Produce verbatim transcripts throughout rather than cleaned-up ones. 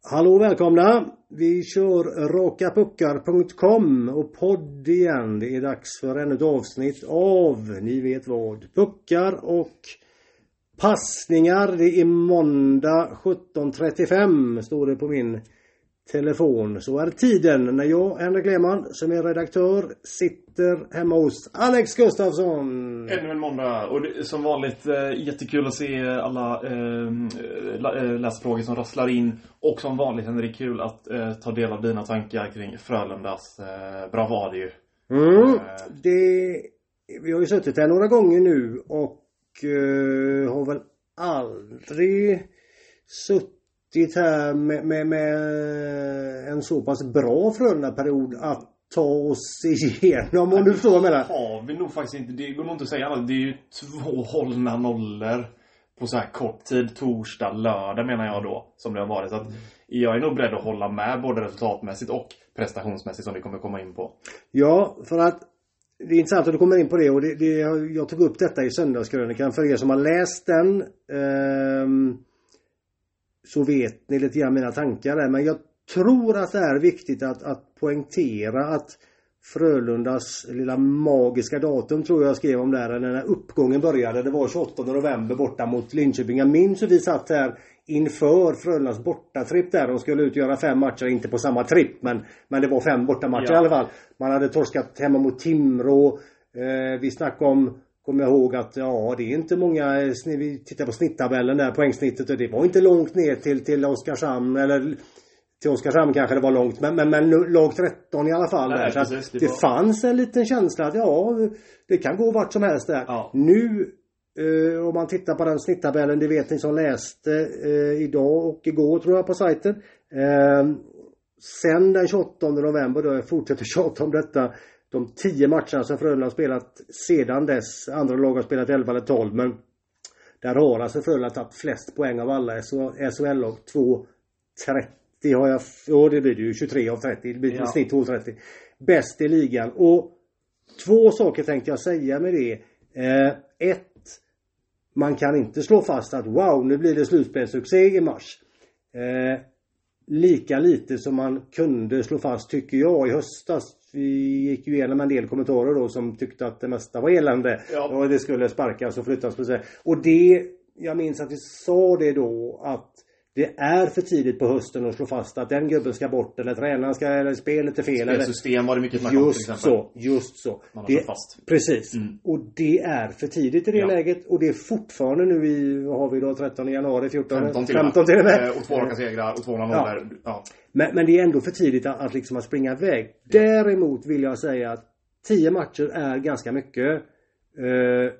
Hallå och välkomna. Vi kör raka puckar punkt com och podd igen. Det är dags för ännu ett avsnitt av, ni vet vad, puckar och passningar. Det är måndag sjutton trettiofem står det på min telefon. Så är tiden när jag, Henrik Lehmann, som är redaktör, sitter hemma hos Alex Gustafsson. Ännu en måndag. Och det, som vanligt eh, jättekul att se alla eh, läsfrågor som rasslar in. Och som vanligt är det kul att eh, ta del av dina tankar kring Frölundas eh, bravad ju. Mm, eh. det, vi har ju suttit här några gånger nu och eh, har väl aldrig suttit här med, med, med en så pass bra Frölunda-period att ta oss igenom, om du förstår vad jag menar. Har vi nog faktiskt inte, det går nog inte att säga annat. Det är ju två hållna nollor på så här kort tid, torsdag, lördag menar jag då, som det har varit. Så att jag är nog beredd att hålla med både resultatmässigt och prestationsmässigt, som vi kommer komma in på. Ja, för att det är intressant att du kommer in på det, och det, det, jag tog upp detta i söndagskrönikan. För er som har läst den eh, så vet ni lite grann mina tankar där. Men jag tror att det är viktigt att, att poängtera att Frölundas lilla magiska datum, tror jag skrev om där, när uppgången började. Det var tjugoåttonde november borta mot Linköping. Jag minns hur vi satt här inför Frölundas bortatripp där. De skulle utgöra fem matcher, inte på samma tripp, men, men det var fem bortamatcher ja. I alla fall. Man hade torskat hemma mot Timrå. Eh, vi snackade om, kommer jag ihåg att ja, det är inte många, vi tittar på snittabellen där, poängsnittet, och det var inte långt ner till, till Oskarshamn, eller till Oskarshamn kanske det var långt, men, men, men lag tretton i alla fall. Nej, där. Så precis, det, det var... fanns en liten känsla att ja, det kan gå vart som helst där. Ja. Nu, eh, om man tittar på den snittabellen, det vet ni som läste eh, idag och igår tror jag på sajten. Eh, sen den tjugoåttonde november, då jag fortsätter tjata om detta, de tio matcherna som Frölunda har spelat sedan dess, andra lag har spelat elva eller tolv, men där har alltså Frölunda tagit flest poäng av alla S H L-lag, två trettio. Det har jag, ja, det blir det ju tjugotre av trettio, det blir ja. Snitt två trettio. Bäst i ligan. Och två saker tänkte jag säga med det. Eh, ett, man kan inte slå fast att wow, nu blir det slutspelssuccé i mars. Eh, lika lite som man kunde slå fast, tycker jag, i höstas. Vi gick ju igenom en del kommentarer då som tyckte att det mesta var elände. Ja. Och det skulle sparkas och flyttas på sig. Och det, jag minns att vi sa det då, att det är för tidigt på hösten att slå fast att den gubben ska bort, eller tränaren ska, eller spelet är fel. Spelsystem var det mycket snack om, just till exempel. Så, just så. Man har det, fast. Precis. Mm. Och det är för tidigt i det ja. Läget. Och det är fortfarande nu i, vad har vi då, trettonde januari, fjorton, femton till, femton till och med. Och två raka segrar och två nollor. Ja. Ja. Men, men det är ändå för tidigt att, att, liksom att springa iväg. Ja. Däremot vill jag säga att tio matcher är ganska mycket. Uh,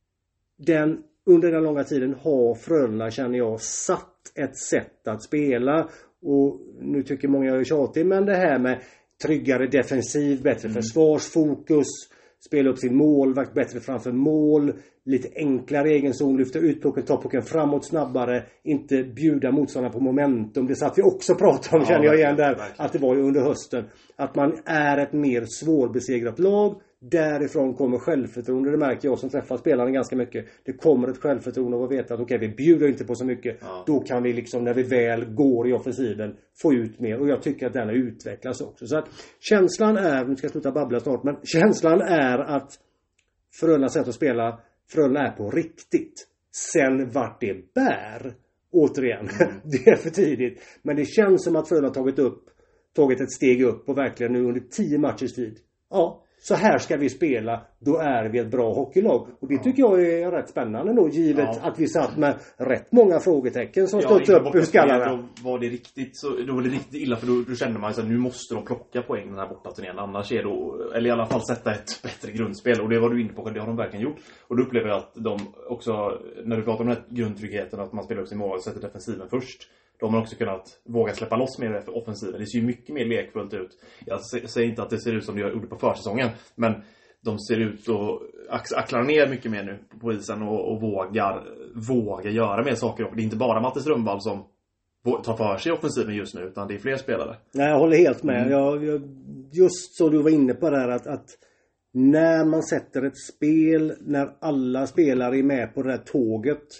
den Under den långa tiden har Frölunda, känner jag, satt ett sätt att spela. Och nu tycker många jag är tjatig, men det här med tryggare defensiv, bättre mm. försvarsfokus, spela upp sin målvakt bättre framför mål, lite enklare egenzon, lyfta ut pucken, ta pucken framåt snabbare, inte bjuda motståndarna på momentum. Det satt vi också pratade om, ja, känner jag igen där, verkligen. Att det var ju under hösten. Att man är ett mer svårbesegrat lag. Därifrån kommer självförtroende, det märker jag som träffar spelarna ganska mycket. Det kommer ett självförtroende av att veta att okej, okay, vi bjuder inte på så mycket. Ja. Då kan vi liksom, när vi väl går i offensiven, få ut mer. Och jag tycker att den har utvecklats också. Så att känslan är, nu ska jag sluta babbla snart, men känslan är att Frölundas sätt att spela, Frölunda är på riktigt. Sen vart det bär, återigen, mm. det är för tidigt. Men det känns som att Frölunda har tagit upp, tagit ett steg upp och verkligen nu under tio matchers tid. Ja. Så här ska vi spela, då är vi ett bra hockeylag. Och det tycker jag är rätt spännande då, givet ja. Att vi satt med rätt många frågetecken som ja, stod upp ur skallarna. Då var det riktigt, så, då var det riktigt illa, för då, då kände man att nu måste de plocka poäng den här bortaturnén. Annars är då, eller i alla fall sätta ett bättre grundspel. Och det var du inne på, det har de verkligen gjort. Och då upplever jag att de också, när du pratar om den här grundtryggheten, att man spelar upp sin mål och sätter defensiven först. Då har man också kunnat våga släppa loss mer för offensiven. Det ser ju mycket mer lekfullt ut. Jag säger inte att det ser ut som det gjorde på försäsongen, men de ser ut att ackla ner mycket mer nu på isen och, och vågar, vågar göra mer saker. Och det är inte bara Mattis Rönnvall som tar för sig offensiven just nu, utan det är fler spelare. Nej, jag håller helt med. Mm. Jag, jag, just så du var inne på det här, att, att när man sätter ett spel, när alla spelare är med på det här tåget,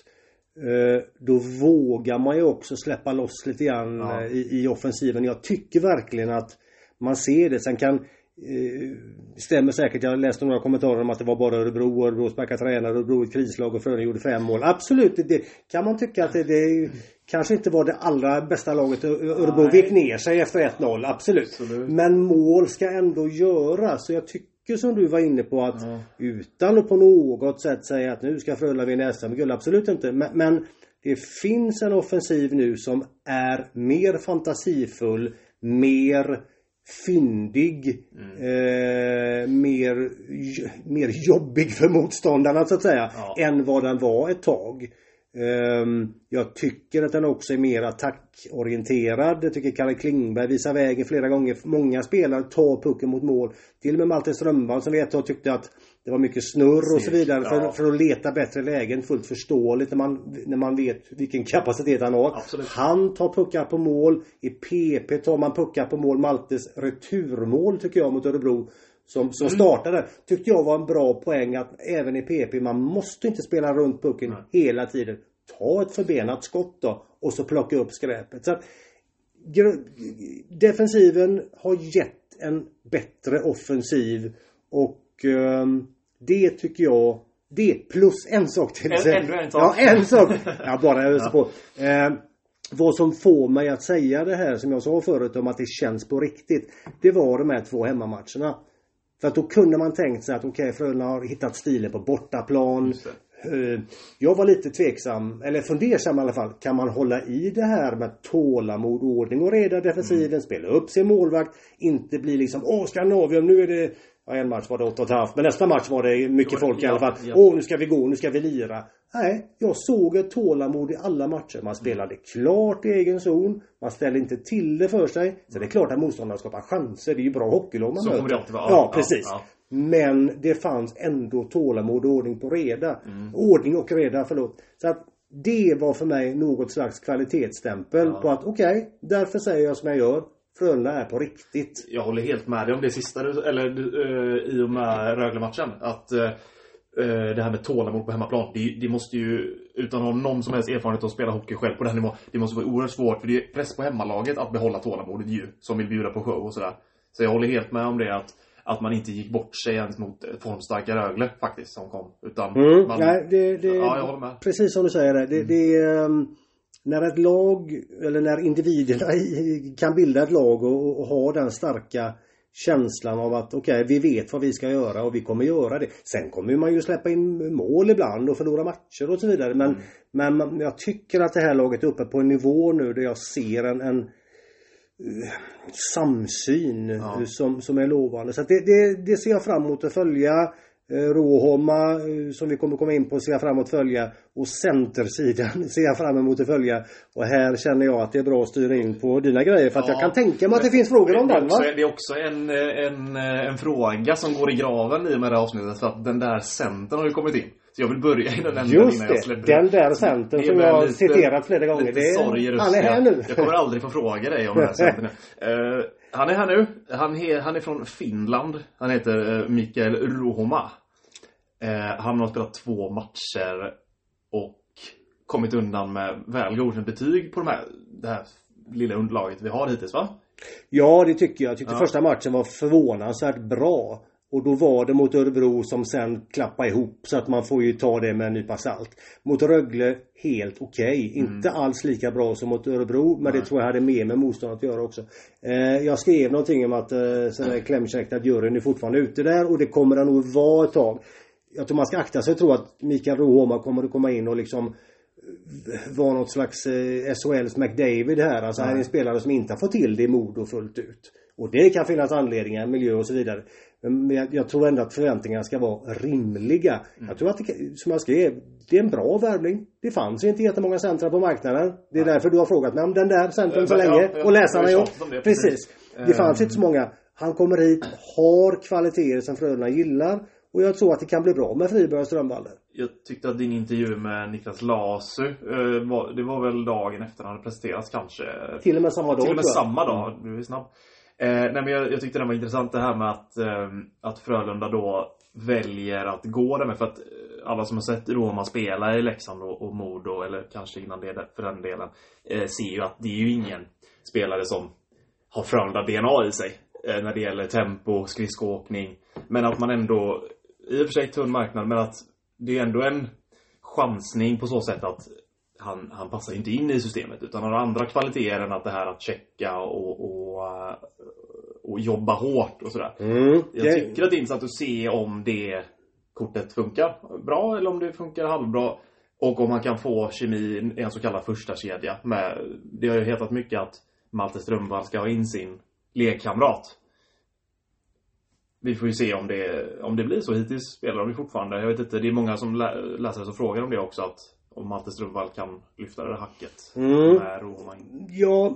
då vågar man ju också släppa loss lite grann ja. i, i offensiven. Jag tycker verkligen att man ser det. Sen kan stämmer säkert, jag läste några kommentarer om att det var bara Örebro, Örebro sparkar tränare, Örebro ett krislag och Frölunda gjorde fem mål. Absolut, det kan man tycka att det, det kanske inte var det allra bästa laget. Örebro Nej. vek ner sig efter ett noll, absolut. absolut. Men mål ska ändå göras. Så jag tycker som du var inne på att ja. utan att på något sätt säga att nu ska Frölunda vinna S M-guld, absolut inte. Men, men det finns en offensiv nu som är mer fantasifull, mer fyndig, mm. eh, mer, mer jobbig för motståndarna så att säga, ja. än vad den var ett tag. Eh, jag tycker att den också är mer attackorienterad. Jag tycker Kalle Klingberg visar vägen flera gånger. Många spelare tar pucken mot mål. Till och med Malte Strömvall som vet jag tyckte att det var mycket snurr och så vidare ja. för, för att leta bättre lägen. Fullt förståeligt när man, när man vet vilken kapacitet han har. Absolut. Han tar puckar på mål. I P P tar man puckar på mål. Maltes returmål tycker jag mot Örebro som, som mm. startade. Tyckte jag var en bra poäng att även i P P man måste inte spela runt pucken mm. hela tiden. Ta ett förbenat skott då och så plocka upp skräpet. Så att, defensiven har gett en bättre offensiv och Um, det tycker jag, det plus en sak till en, en, en sak. Ja, en sak. Ja, bara jag ja. på. Uh, vad som får mig att säga det här som jag sa förut om att det känns på riktigt, det var de här två hemmamatcherna. För att då kunde man tänkt sig att okej, okay, Frölunda har hittat stilen på bortaplan. Uh, jag var lite tveksam, eller fundersam i alla fall. Kan man hålla i det här med tålamod, ordning och reda defensiven, mm. spela upp sin målvakt, inte bli liksom, åh Skandinavium, nu är det ja, en match var det åtta och ett halvt. Men nästa match var det mycket det var, folk i alla fall. Ja, ja. Åh, nu ska vi gå, nu ska vi lira. Nej, jag såg ett tålamod i alla matcher. Man spelade klart i egen zon. Man ställde inte till det för sig. Så det är klart att motståndarna skapar chanser. Det är ju bra hockeylag man så möter. Kommer det alltid vara. Ja, precis. Ja, ja. Men det fanns ändå tålamod och ordning på reda. Mm. Ordning och reda, förlåt. Så att det var för mig något slags kvalitetsstämpel ja. på att okej, okay, därför säger jag som jag gör. Frölunda är på riktigt. Jag håller helt med dig om det sista, eller uh, i och med Rögle-matchen. Att uh, det här med tålamod på hemmaplan, det, det måste ju, utan att ha någon som helst erfarenhet att spela hockey själv på den nivån, det måste vara oerhört svårt. För det är press på hemmalaget att behålla tålamodet ju, som vill bjuda på show och sådär. Så jag håller helt med om det, att, att man inte gick bort sig ens mot formstarka Rögle faktiskt som kom. Utan mm, man, nej, det, det, ja, jag håller med. Precis som du säger det. det, mm. det um... När ett lag eller när individerna kan bilda ett lag och, och ha den starka känslan av att okej, okay, vi vet vad vi ska göra och vi kommer göra det. Sen kommer man ju släppa in mål ibland och förlora matcher och så vidare. Men, mm. men jag tycker att det här laget är uppe på en nivå nu där jag ser en, en uh, samsyn ja. som, som är lovande. Så att det, det, det ser jag fram emot att följa. Råhomma som vi kommer komma in på ser jag fram emot att följa, och centersidan ser jag fram emot att följa, och här känner jag att det är bra att styra in på dina grejer för att ja, jag kan tänka mig att det finns frågor om den, va? Det är också en, en, en fråga som går i graven i med det här avsnittet, för att den där centern har ju kommit in. Så jag vill börja i den änden innan jag släpper. Den där centern som jag har lite, citerat flera gånger. Det är, han är här nu. Jag kommer aldrig få fråga dig om den här centern. uh, Han är här nu. Han är, han är från Finland. Han heter uh, Mikael Råhomma. Uh, han har spelat två matcher och kommit undan med väl godkänt betyg på de här, det här lilla underlaget vi har hittills, va? Ja, det tycker jag. Jag tyckte ja. första matchen var förvånansvärt bra. Och då var det mot Örebro som sen klappade ihop, så att man får ju ta det med en nypa salt. Mot Rögle helt okej. Okay. Mm. Inte alls lika bra som mot Örebro, men Nej. det tror jag hade mer med motstånd att göra också. Eh, jag skrev någonting om att eh, sådär klämkäckt att juryn är fortfarande ute där, och det kommer det nog vara ett tag. Jag tror man ska akta sig och tro att Mikael Råhomma kommer att komma in och liksom vara något slags eh, S H L:s McDavid här. Alltså här är en spelare som inte har fått till det i Modo fullt ut. Och det kan finnas anledningar, miljö och så vidare. Men jag, jag tror ändå att förväntningarna ska vara rimliga. Mm. Jag tror att det, som jag skrev, det är en bra värvning. Det fanns inte jättemånga centra på marknaden. Det är Nej. därför du har frågat mig om den där centrum så länge. Ja, ja, och läsarna ju. Precis. precis. Det fanns um... inte så många. Han kommer hit, har kvaliteter som Frölunda gillar. Och jag tror att det kan bli bra med Friberg och Strömvalder. Jag tyckte att din intervju med Niklas Lasu, uh, var, det var väl dagen efter han hade presenterats kanske. Till och med samma dag. Till och med samma dag, du är snabb. Eh, nej, men jag, jag tyckte det var intressant det här med att, eh, att Frölunda då väljer att gå där med. För att alla som har sett Roma spela i Leksand och, och Modo, eller kanske innan det för den delen, eh, ser ju att det är ju ingen spelare som har Frölunda D N A i sig eh, när det gäller tempo, skridskoåkning. Men att man ändå, i och för sig tunn marknad, men att det är ändå en chansning på så sätt att han, han passar inte in i systemet, utan han har andra kvaliteter än att det här att checka och, och, och jobba hårt och sådär. Mm. Jag tycker att det är intressant att se om det kortet funkar bra eller om det funkar halvbra. Och om man kan få kemi i en så kallad första kedja. Med, det har ju hetat mycket att Malte Strömvall ska ha in sin lekkamrat. Vi får ju se om det, om det blir så. Hittills spelar de fortfarande. Jag vet inte, det är många som lä- läser som frågar om det också. Att om Malte Strömvall kan lyfta det där hacket. Mm. Med Roma. Ja,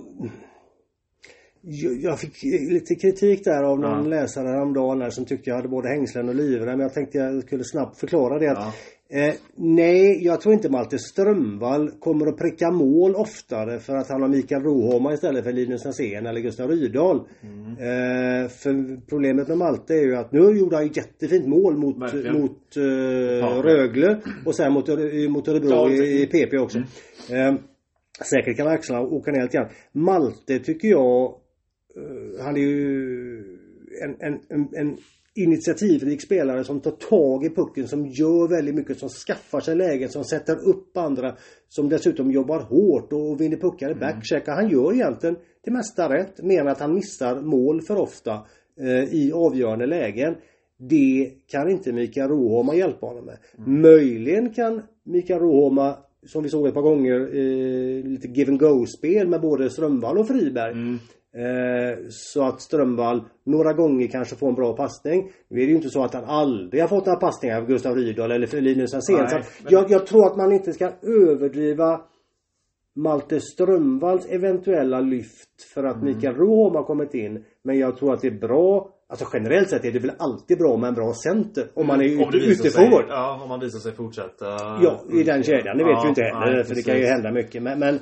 jag fick lite kritik där av någon ja. läsare häromdagen där som tyckte jag hade både hängslen och livrem. Men jag tänkte jag skulle snabbt förklara det. Ja. Eh, nej, jag tror inte Malte Strömvall kommer att pricka mål oftare för att han har Mikael Rohoma istället för Linus Näsén eller Gustav Rydahl. Mm. Eh, för problemet med Malte är ju att nu gjorde han jättefint mål mot, mot eh, Rögle och sen mot, mot Örebro i, i P P också. Mm. Eh, säkert kan axlarna åka ner lite grann. Malte tycker jag, eh, han är ju en, en, en, en initiativrik spelare som tar tag i pucken, som gör väldigt mycket, som skaffar sig lägen, som sätter upp andra, som dessutom jobbar hårt och vinner puckar i backcheckar. Han gör egentligen det mesta rätt, menar att han missar mål för ofta eh, i avgörande lägen. Det kan inte Mikael Rohoma hjälpa honom med. Mm. Möjligen kan Mikael Rohoma, som vi såg ett par gånger, eh, lite give and go-spel med både Strömvall och Friberg. Mm. Eh, så att Strömvall några gånger kanske får en bra passning. Nu är det ju inte så att han aldrig har fått några passningar av Gustav Rydahl eller för Linus Näsén. Men... jag, jag tror att man inte ska överdriva Malte Strömvalls eventuella lyft för att mm. Mikael Rohoma har kommit in. Men jag tror att det är bra. Alltså generellt sett är det väl alltid bra med en bra center. Om man är mm, ute, ute forward. Ja, om man visar sig fortsätta. Ja, i den kedjan. Det vet ja, vi inte heller. Nej, för det kan ju hända mycket. Men, men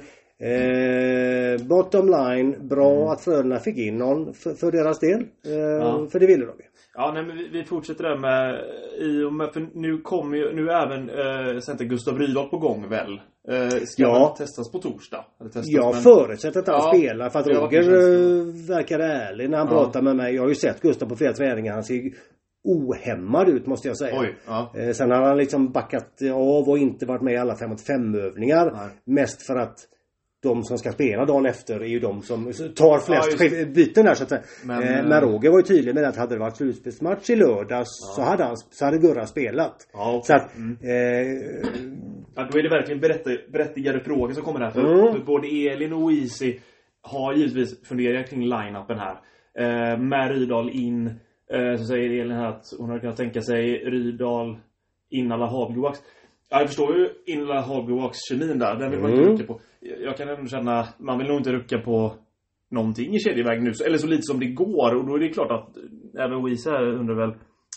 eh, bottom line, bra mm. att Frölunda fick in någon för, för deras del. Eh, ja. För det ville de. Ja, nej, men vi, vi fortsätter där med, i och med, för nu kommer ju, nu är även eh, center Gustav Rydahl på gång väl. Eh, ska ja. testas på torsdag? Testas, jag men... förutsätter att han ja, spelar, för att Roger verkar ärlig när han ja. pratar med mig. Jag har ju sett Gustav på flera träningar. Han ser ohämmad ut, måste jag säga. Oj, ja. eh, sen har han liksom backat av och inte varit med i alla fem mot fem övningar. Nej. Mest för att de som ska spela dagen efter är ju de som tar flest ja, byten där, så att säga. Men, eh, men Roger var ju tydlig med att hade det varit slutspelsmatch i lördags ja. så hade han, så hade Gurra spelat. Ja, okay. Så att mm. eh, ja, då är det verkligen berätt, berättigade frågor som kommer här. För mm. både Elin och Easy har givetvis funderat kring line-upen här. Eh, med Rydahl in, eh, så säger Elin här att hon har kunnat tänka sig Rydahl in alla Havgårds. Ja, jag förstår ju Inla Hagwalks kemin där. Den vill man inte mm. rucka på. Jag kan ändå känna, man vill nog inte rucka på någonting i kedjeväg nu. Eller så lite som det går. Och då är det klart att även Weise undrar väl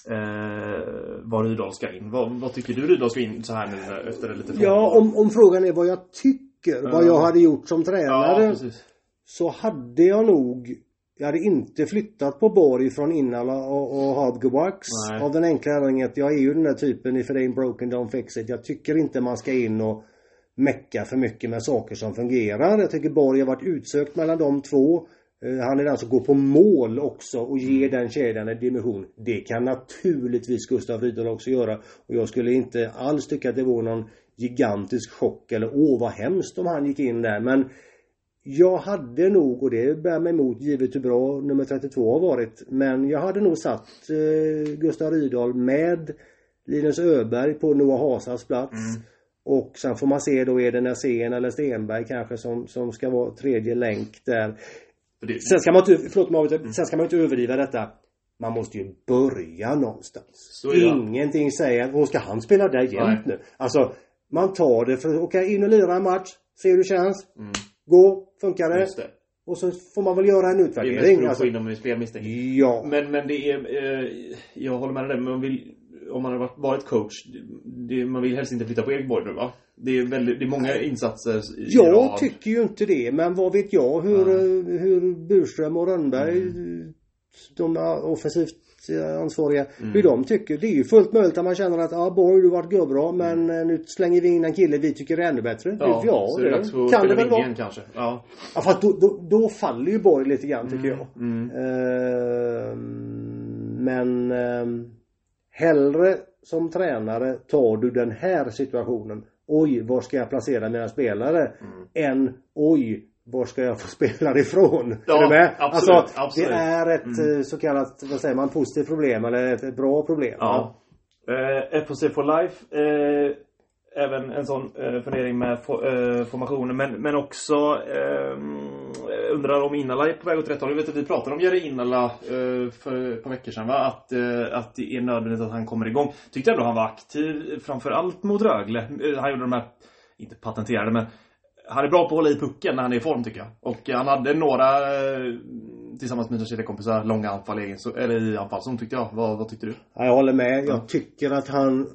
eh, vad Rydahl ska in. Vad, vad tycker du Rydahl ska in så här nu efter det lite från? Ja, om, om frågan är vad jag tycker, mm. vad jag hade gjort som tränare. Ja, precis. Så hade jag nog, jag hade inte flyttat på Borg från Innala och, och Havgårds. Av den enkla anledningen att jag är ju den där typen, if it ain't broken don't fix it. Jag tycker inte man ska in och mecka för mycket med saker som fungerar. Jag tycker Borg har varit utsökt mellan de två. Uh, han är den som går på mål också och ger den kedjan en dimension. Det kan naturligtvis Gustav Rydahl också göra. Och jag skulle inte alls tycka att det var någon gigantisk chock eller åh vad hemskt om han gick in där. Men jag hade nog, och det bär mig emot givet hur bra nummer trettiotvå har varit, men jag hade nog satt eh, Gustav Rydahl med Linus Öberg på Noah Hasas plats. Mm. Och sen får man se då, är det Näsén eller Stenberg kanske som, som ska vara tredje länk där. Det... Sen ska man inte, förlåt mig, mm. sen ska man inte överdriva detta. Man måste ju börja någonstans. Ingenting säger, vad ska han spela där jämt nu? Alltså, man tar det för att åka in och lira en match, se hur det känns. Mm. Gå, funkar det? Just det. Och så får man väl göra en utvärdering. Det är alltså, inom spelmisstänk. Ja. Men, men det är, eh, jag håller med dig, men man vill, om man har varit, varit coach, det, man vill helst inte flytta på Ekborg nu, va? Det är, väldigt, det är många insatser i Jag rad. tycker ju inte det, men vad vet jag hur, mm. hur Burström och Rönnberg, mm. de offensivt ansvariga, mm. hur de tycker. Det är ju fullt möjligt att man känner att ah, Borg, du har varit gubbra, men mm. nu slänger vi in en kille vi tycker är ännu bättre. Ja, ja så det är dags för kan det väl vara kanske. Ja. Ja, fast då, då, då faller ju Borg lite grann tycker mm. jag. Mm. Uh, men uh, hellre som tränare tar du den här situationen. Oj, var ska jag placera mina spelare? Mm. Än oj, var ska jag få spelare ifrån? Ja, är du med? Absolut, alltså, absolut. Det är ett mm. så kallat, vad säger man, positivt problem eller ett, ett bra problem. Ja. Eh, F H C for Life. Eh, även en sån eh, fundering med for, eh, formationen. Men, men också eh, undrar om Innala är på väg åt rätt håll. Jag vet att vi pratade om Jere Innala eh, för ett par veckor sedan. Va? Att, eh, att det är nödvändigt att han kommer igång. Tyckte ändå han var aktiv framförallt mot Rögle. Eh, han gjorde de här, inte patenterade, men han är bra på att hålla i pucken när han är i form tycker jag. Och han hade några tillsammans med sina kompisar långa anfall egen, så, eller i anfall som tyckte jag. Vad, vad tyckte du? Ja, jag håller med. Jag ja. tycker att han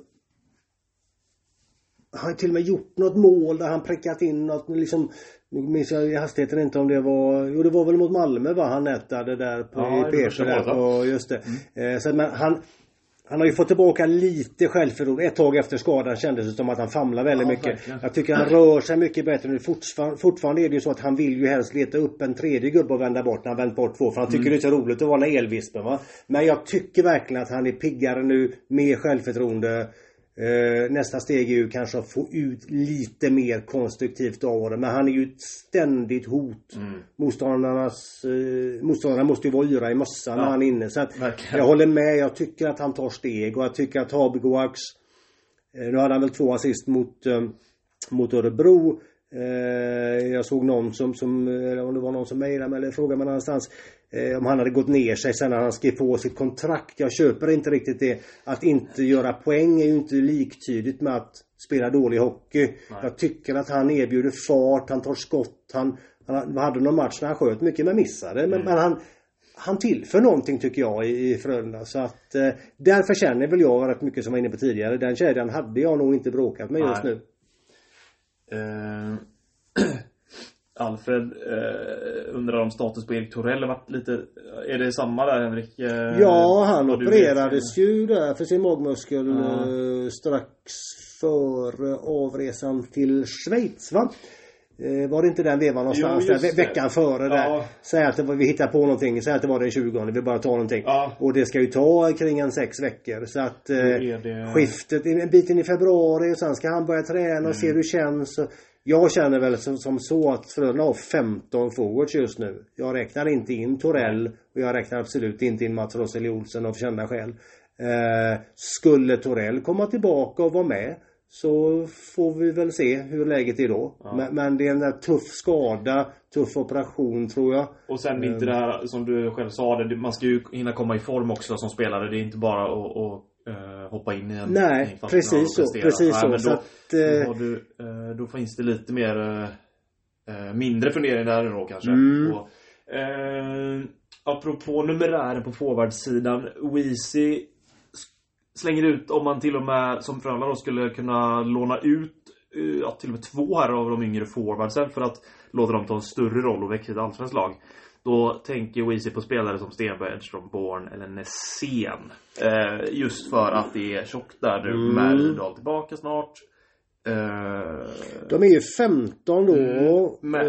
han har till och med gjort något mål där han prickat in något liksom, nu minns jag i hastigheten inte om det var, jo det var väl mot Malmö va, han nättade där på ja, i P C där på, just det. Mm. Eh, så, men han Han har ju fått tillbaka lite självförtroende. Ett tag efter skadan kändes det som att han famlar väldigt ja, mycket. Verkligen. Jag tycker han rör sig mycket bättre nu. Fortfarande, fortfarande är det ju så att han vill ju helst leta upp en tredje gubbe och vända bort när han vänt bort två. För han tycker mm. det är så roligt att vara en elvispen va. Men jag tycker verkligen att han är piggare nu. Mer självförtroende. Uh, nästa steg är ju kanske att få ut lite mer konstruktivt av det. Men han är ju ett ständigt hot. Mm. Motståndarnas uh, motståndarna måste ju vara yra i mössan ja. när han är inne. Så att jag håller med. Jag tycker att han tar steg. Och jag tycker att Habegoax uh, nu hade han väl två assist mot, uh, mot Örebro. Uh, jag såg någon som, som uh, om det var någon som mejlade mig eller frågade mig någonstans Eh, om han hade gått ner sig sen när han skrev på sitt kontrakt. Jag köper inte riktigt det. Att inte göra poäng är ju inte liktydigt med att spela dålig hockey. Nej. Jag tycker att han erbjuder fart, han tar skott. Han, han hade någon match när han sköt mycket men missade. Mm. Men, men han, han tillför någonting tycker jag i, i Frölunda. Så att eh, därför känner väl jag rätt mycket som jag var inne på tidigare. Den kedjan hade jag nog inte bråkat med just Nej. nu. Uh... Alfred eh, undrar om status på Erik Torell har varit lite. Är det samma där Henrik? Eh, ja, han opererades ju där för sin magmuskel mm. eh, strax före avresan till Schweiz va? Eh, var det inte den vevan någonstans jo, där, veckan före ja. där? Säg att det var, vi hittar på någonting, säg att det var den tjugonde, vi bara tar någonting. Ja. Och det ska ju ta kring en sex veckor. Så att eh, det... skiftet, en bit in i februari och sen ska han börja träna och mm. se hur det känns. Och, jag känner väl som, som så att Frölunda har femton forwards just nu. Jag räknar inte in Torell och jag räknar absolut inte in Mats Roseli Olsen av kända skäl. Eh, skulle Torell komma tillbaka och vara med så får vi väl se hur läget är då. Ja. Men, men det är en där tuff skada, tuff operation tror jag. Och sen inte det här som du själv sa, det, man ska ju hinna komma i form också som spelare. Det är inte bara att, att uh, hoppa in i en... Nej, en precis så. Precis Nej, så. Men då, så att, uh, då, har du, uh, då finns det lite mer uh, mindre fundering där då kanske. Mm. Och, uh, apropå numerären på forwardsidan, Weezy slänger ut om man till och med som Frölunda då skulle kunna låna ut ja, till och med två här av de yngre forwardsen för att låta dem ta en större roll och växa ett allsvenskt lag. Då tänker Weezy på spelare som Stenberg, Edström, Born eller Nässén. Eh, just för att det är tjockt där nu mm. med Rydahl tillbaka snart. Eh, de är ju femton då. Mm, men,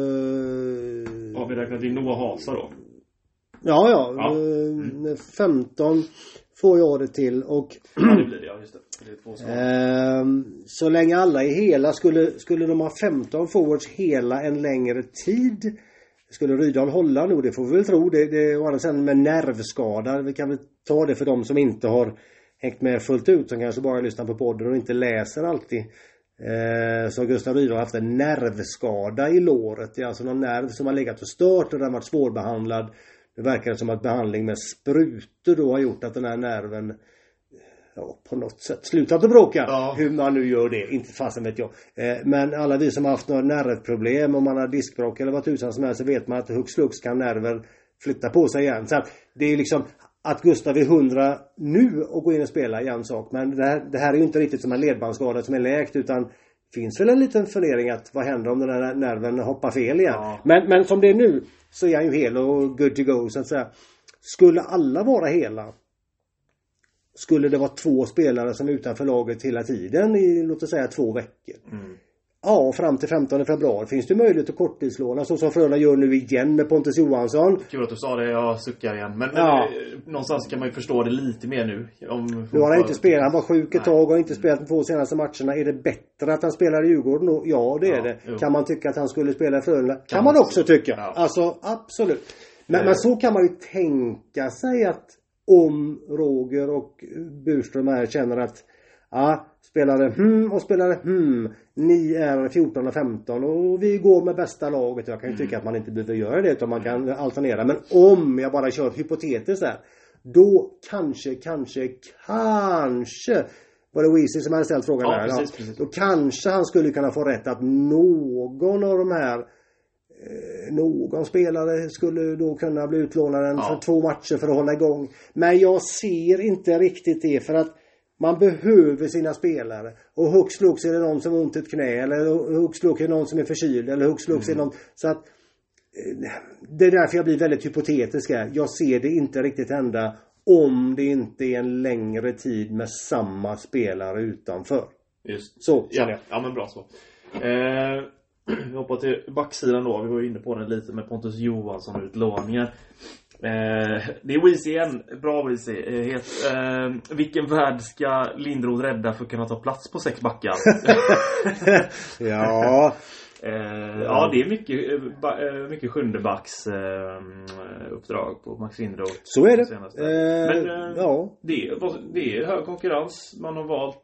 eh, har vi räknat in Noah Hasa då? Ja, ja. ja. Mm. femton får jag det till och ja, det blir det, ja, just det. Det är två eh, så länge alla är hela skulle, skulle de ha femton forwards hela en längre tid skulle Rydahl hålla nu, det får vi väl tro det, det var sen med nervskada, vi kan väl ta det för de som inte har hängt med fullt ut, som kanske bara lyssnar på podden och inte läser alltid. Eh, så Gustav Rydahl har haft en nervskada i låret, det är alltså någon nerv som har legat och stört och den har varit svårbehandlad. Det verkar som att behandling med sprutor då har gjort att den här nerven ja, på något sätt slutat att bråka. Ja. Hur man nu gör det, inte fasen vet jag. Eh, men alla vi som har haft några nervproblem, om man har diskbråck eller vad tusan som helst, så vet man att hux flux kan nerver flytta på sig igen. Så att det är liksom att Gustav är hundra nu och gå in och spela i en sak. Men det här, det här är ju inte riktigt som en ledbandsskada som är läkt, utan finns väl en liten fundering att vad händer om den här nerven hoppar fel igen. Ja. Men, men som det är nu så är han ju hel och good to go så att säga. Skulle alla vara hela, skulle det vara två spelare som är utanför laget hela tiden i låt oss säga två veckor. Mm. Ja, fram till femtonde februari finns det möjlighet att korttidslåna så som Frölunda gör nu igen med Pontus Johansson. Kul att du sa det, jag suckar igen. Men ja. eh, någonstans kan man ju förstå det lite mer nu. Om nu har han inte spelat, han var sjuk ett tag och har inte spelat de två senaste matcherna. Är det bättre att han spelar i Djurgården då? Ja, det är ja, det. Jo. Kan man tycka att han skulle spela i Frölunda? Kan, kan man också tycka. Ja. Alltså, absolut. Men, men så kan man ju tänka sig att om Roger och Burström här känner att ja, spelare hmm och spelare hmm ni är fjorton och femton och vi går med bästa laget. Jag kan ju mm. tycka att man inte behöver göra det utan man kan alternera. Men om jag bara kör hypotetiskt där, då kanske, kanske, kanske var det Weezy som hade ställt frågan ja, där. Precis, ja. precis. Då kanske han skulle kunna få rätt att någon av de här eh, någon spelare skulle då kunna bli utlånad ja. för två matcher för att hålla igång. Men jag ser inte riktigt det för att man behöver sina spelare. Och hux flux är det någon som har ont i ett knä. Eller hux flux är det någon som är förkyld. Eller hux flux mm. är någon. Så att det är därför jag blir väldigt hypotetisk här. Jag ser det inte riktigt hända om det inte är en längre tid med samma spelare utanför. Just. Så, ja, jag. ja, men bra så. Eh, vi hoppar till backsidan då. Vi var inne på den lite med Pontus Johansson utlåningar. Eh, det är Weezy igen. Bra Weezy. Eh, eh, vilken värld ska Lindroth rädda för att kunna ta plats på sex backar? ja. Eh, ja, det är mycket, eh, mycket sjundebacks eh, uppdrag på Max Lindroth. Så är det. Eh, Men eh, ja. det, är, det är hög konkurrens. Man har valt.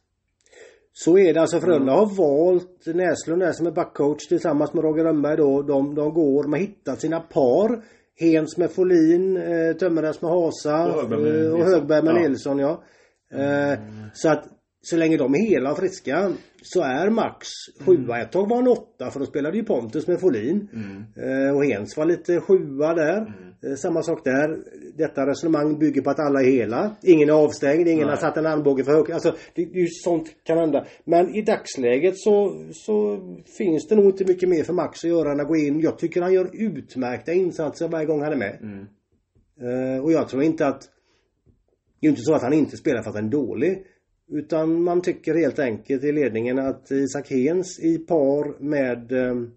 Så är det. Alltså Frölunda har valt Näslund där som är backcoach tillsammans med Roger Rönnberg då. De, de går, de har hittat sina par. Hens med Folin, eh, Tömmerens med Hasa och Högberg med, eh, och Högberg med ja. Nilsson, ja. Eh, mm. Så att så länge de är hela och friska så är Max sjua. Mm. Ett tag var han åtta för då spelade ju Pontus med Folin. Mm. Eh, och Hens var lite sjua där. Mm. Eh, samma sak där. Detta resonemang bygger på att alla är hela. Ingen är avstängd, ingen Nej. har satt en armbåge för högt. Alltså det, det är ju sånt kan hända. Men i dagsläget så, så finns det nog inte mycket mer för Max att göra än att gå in. Jag tycker han gör utmärkta insatser varje gång han är med. Mm. Eh, och jag tror inte att det är inte så att han inte spelar för att han är dålig. Utan man tycker helt enkelt i ledningen att Isak Hens i par med,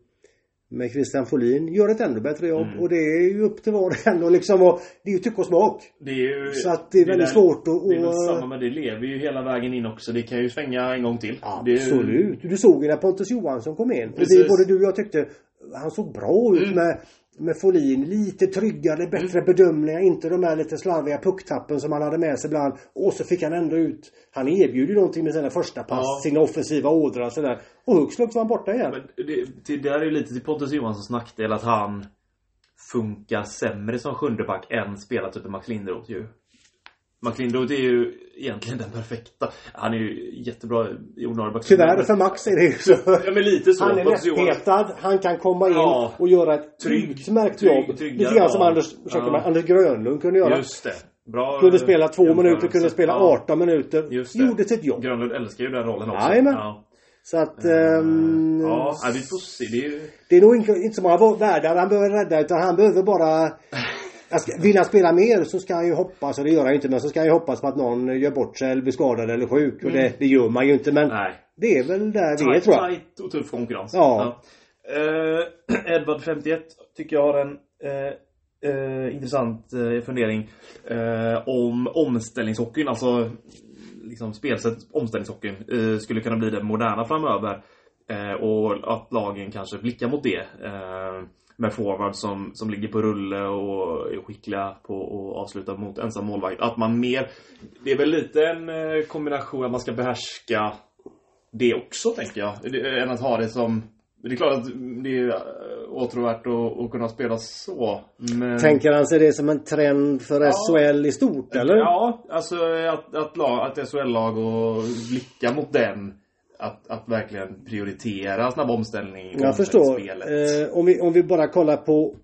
med Christian Folin gör ett ännu bättre jobb. Mm. Och det är ju upp till var och en. Och liksom, och det är ju tyck och smak. Det är ju, så att det är väldigt det där, svårt att... Det är väl samma med det lever ju hela vägen in också. Det kan ju svänga en gång till. Absolut. Det är, du såg ju när Pontus Johansson kom in. Precis. Och det, både du och jag tyckte han såg bra ut mm. med... Med Folin, lite tryggare, bättre mm. bedömningar. Inte de här lite slarviga pucktappen som han hade med sig ibland. Och så fick han ändå ut. Han erbjuder någonting med sina första pass. Ja. Sina offensiva ådrar och sådär. Och hux flux var han borta igen. Men det, det där är ju lite till Pontus Johanssons nackdel. Att han funkar sämre som sjundeback än spelar typ Max Lindroth ju. Max Lindroth är ju egentligen den perfekta. Han är ju jättebra i ordinarie back. Tyvärr för Max är det ju så. Ja, men lite så. Han är lättpetad. Han kan komma in ja. och göra ett utmärkt jobb. Trygg, lite grann som Anders, ja. mig, Anders Grönlund kunde göra. Just det. Bra, kunde spela två minuter, kunde spela ja. arton minuter. Just det. Gjorde sitt jobb. Grönlund älskar ju den rollen också. Jajamän. Ja. Så att... Um, ja, vi får se. Det är, ju... det är nog inte, inte så många världar han behöver rädda. Utan han behöver bara... Ska, vill han spela mer så ska han ju hoppas, och det gör han inte, men så ska han ju hoppas på att någon gör bort sig eller blir skadad eller sjuk. Mm. Och det, det gör man ju inte, men Nej. det är väl där vi är, tror jag. Tajt och tuff konkurrens. Ja. ja. Uh, Edvard femtioett tycker jag har en uh, uh, intressant uh, fundering uh, om omställningshockeyn, alltså liksom spelsätt omställningshockeyn uh, skulle kunna bli det moderna framöver uh, och att lagen kanske blickar mot det. Uh, med forward som, som ligger på rulle och är skickliga på att avsluta mot ensam målvakt. Att man mer, det är väl lite en kombination att man ska behärska det också, tänker jag. Än att ha det som, det är klart att det är åtråvärt att, att kunna spela så. Men... Tänker han sig det som en trend för ja. S H L i stort, eller? Ja, alltså att, att, lag, att S H L-lag och blicka mot den. Att, att verkligen prioritera snabb omställning. Jag förstår. Eh, om, vi, om vi bara kollar på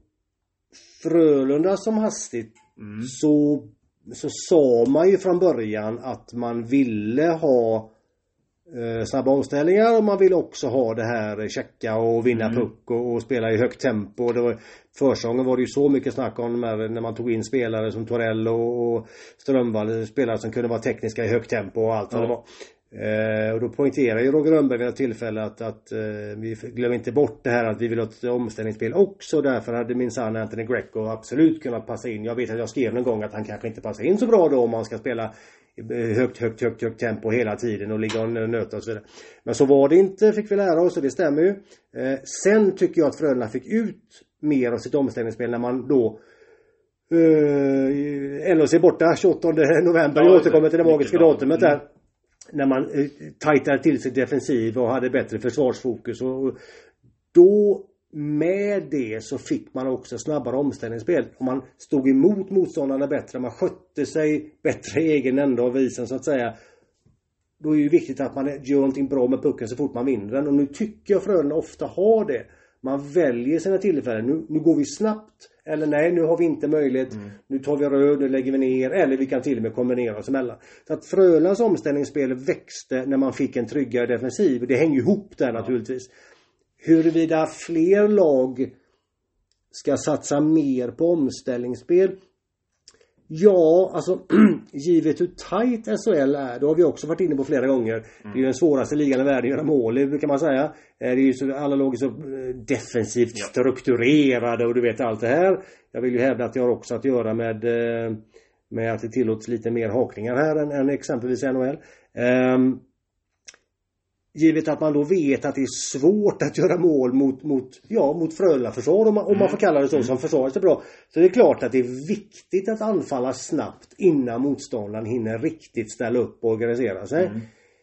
Frölunda som hastigt. Mm. Så, så sa man ju från början att man ville ha eh, snabba omställningar, och man vill också ha det här checka och vinna mm. puck och, och spela i högt tempo. Det var, försången var det ju så mycket snack om här, när man tog in spelare som Torell och, och Strömvall, spelare som kunde vara tekniska i högt tempo och allt vad mm. det var. Eh, och då poängterar ju Roger Rönnberg vid ett tillfälle att, att eh, vi glömmer inte bort det här att vi vill ha ett omställningsspel också. Därför hade minsann Anthony Greco absolut kunnat passa in. Jag vet att jag skrev någon gång att han kanske inte passar in så bra då om man ska spela högt, högt, högt, högt tempo hela tiden och ligga och nöta och så vidare. Men så var det inte, fick vi lära oss, och det stämmer ju. Eh, sen tycker jag att Frölunda fick ut mer av sitt omställningsspel när man då eh, L H C borta tjugoåttonde november, jag återkommer till det magiska datumet där. När man eh, tajtade till sig defensiv och hade bättre försvarsfokus, och, och då med det så fick man också snabbare omställningsspel. Och man stod emot motståndarna bättre, man skötte sig bättre i egen ända av isen så att säga. Då är det ju viktigt att man gör någonting bra med pucken så fort man vinner den, och nu tycker jag Frölunda ofta har det. Man väljer sina tillfällen. Nu, nu går vi snabbt. Eller nej, nu har vi inte möjlighet. Mm. Nu tar vi röd, nu lägger vi ner. Eller vi kan till och med kombinera oss emellan. Så att Frölundas omställningsspel växte när man fick en tryggare defensiv. Det hänger ju ihop där ja. naturligtvis. Huruvida fler lag ska satsa mer på omställningsspel. Ja, alltså givet hur tight S H L är, då har vi också varit inne på flera gånger. Mm. Det är ju den svåraste ligan i världen att göra mål, det kan man säga. Det är ju så, alla lag är så defensivt ja. strukturerade och du vet allt det här. Jag vill ju hävda att det har också att göra med, med att det tillåts lite mer hakningar här än, än exempelvis N H L. Um, Givet att man då vet att det är svårt att göra mål mot, mot, ja, mot Frölunda-försvar, om man, om man får kalla det så, som försvaret är bra. Så det är klart att det är viktigt att anfalla snabbt innan motståndaren hinner riktigt ställa upp och organisera sig. Mm.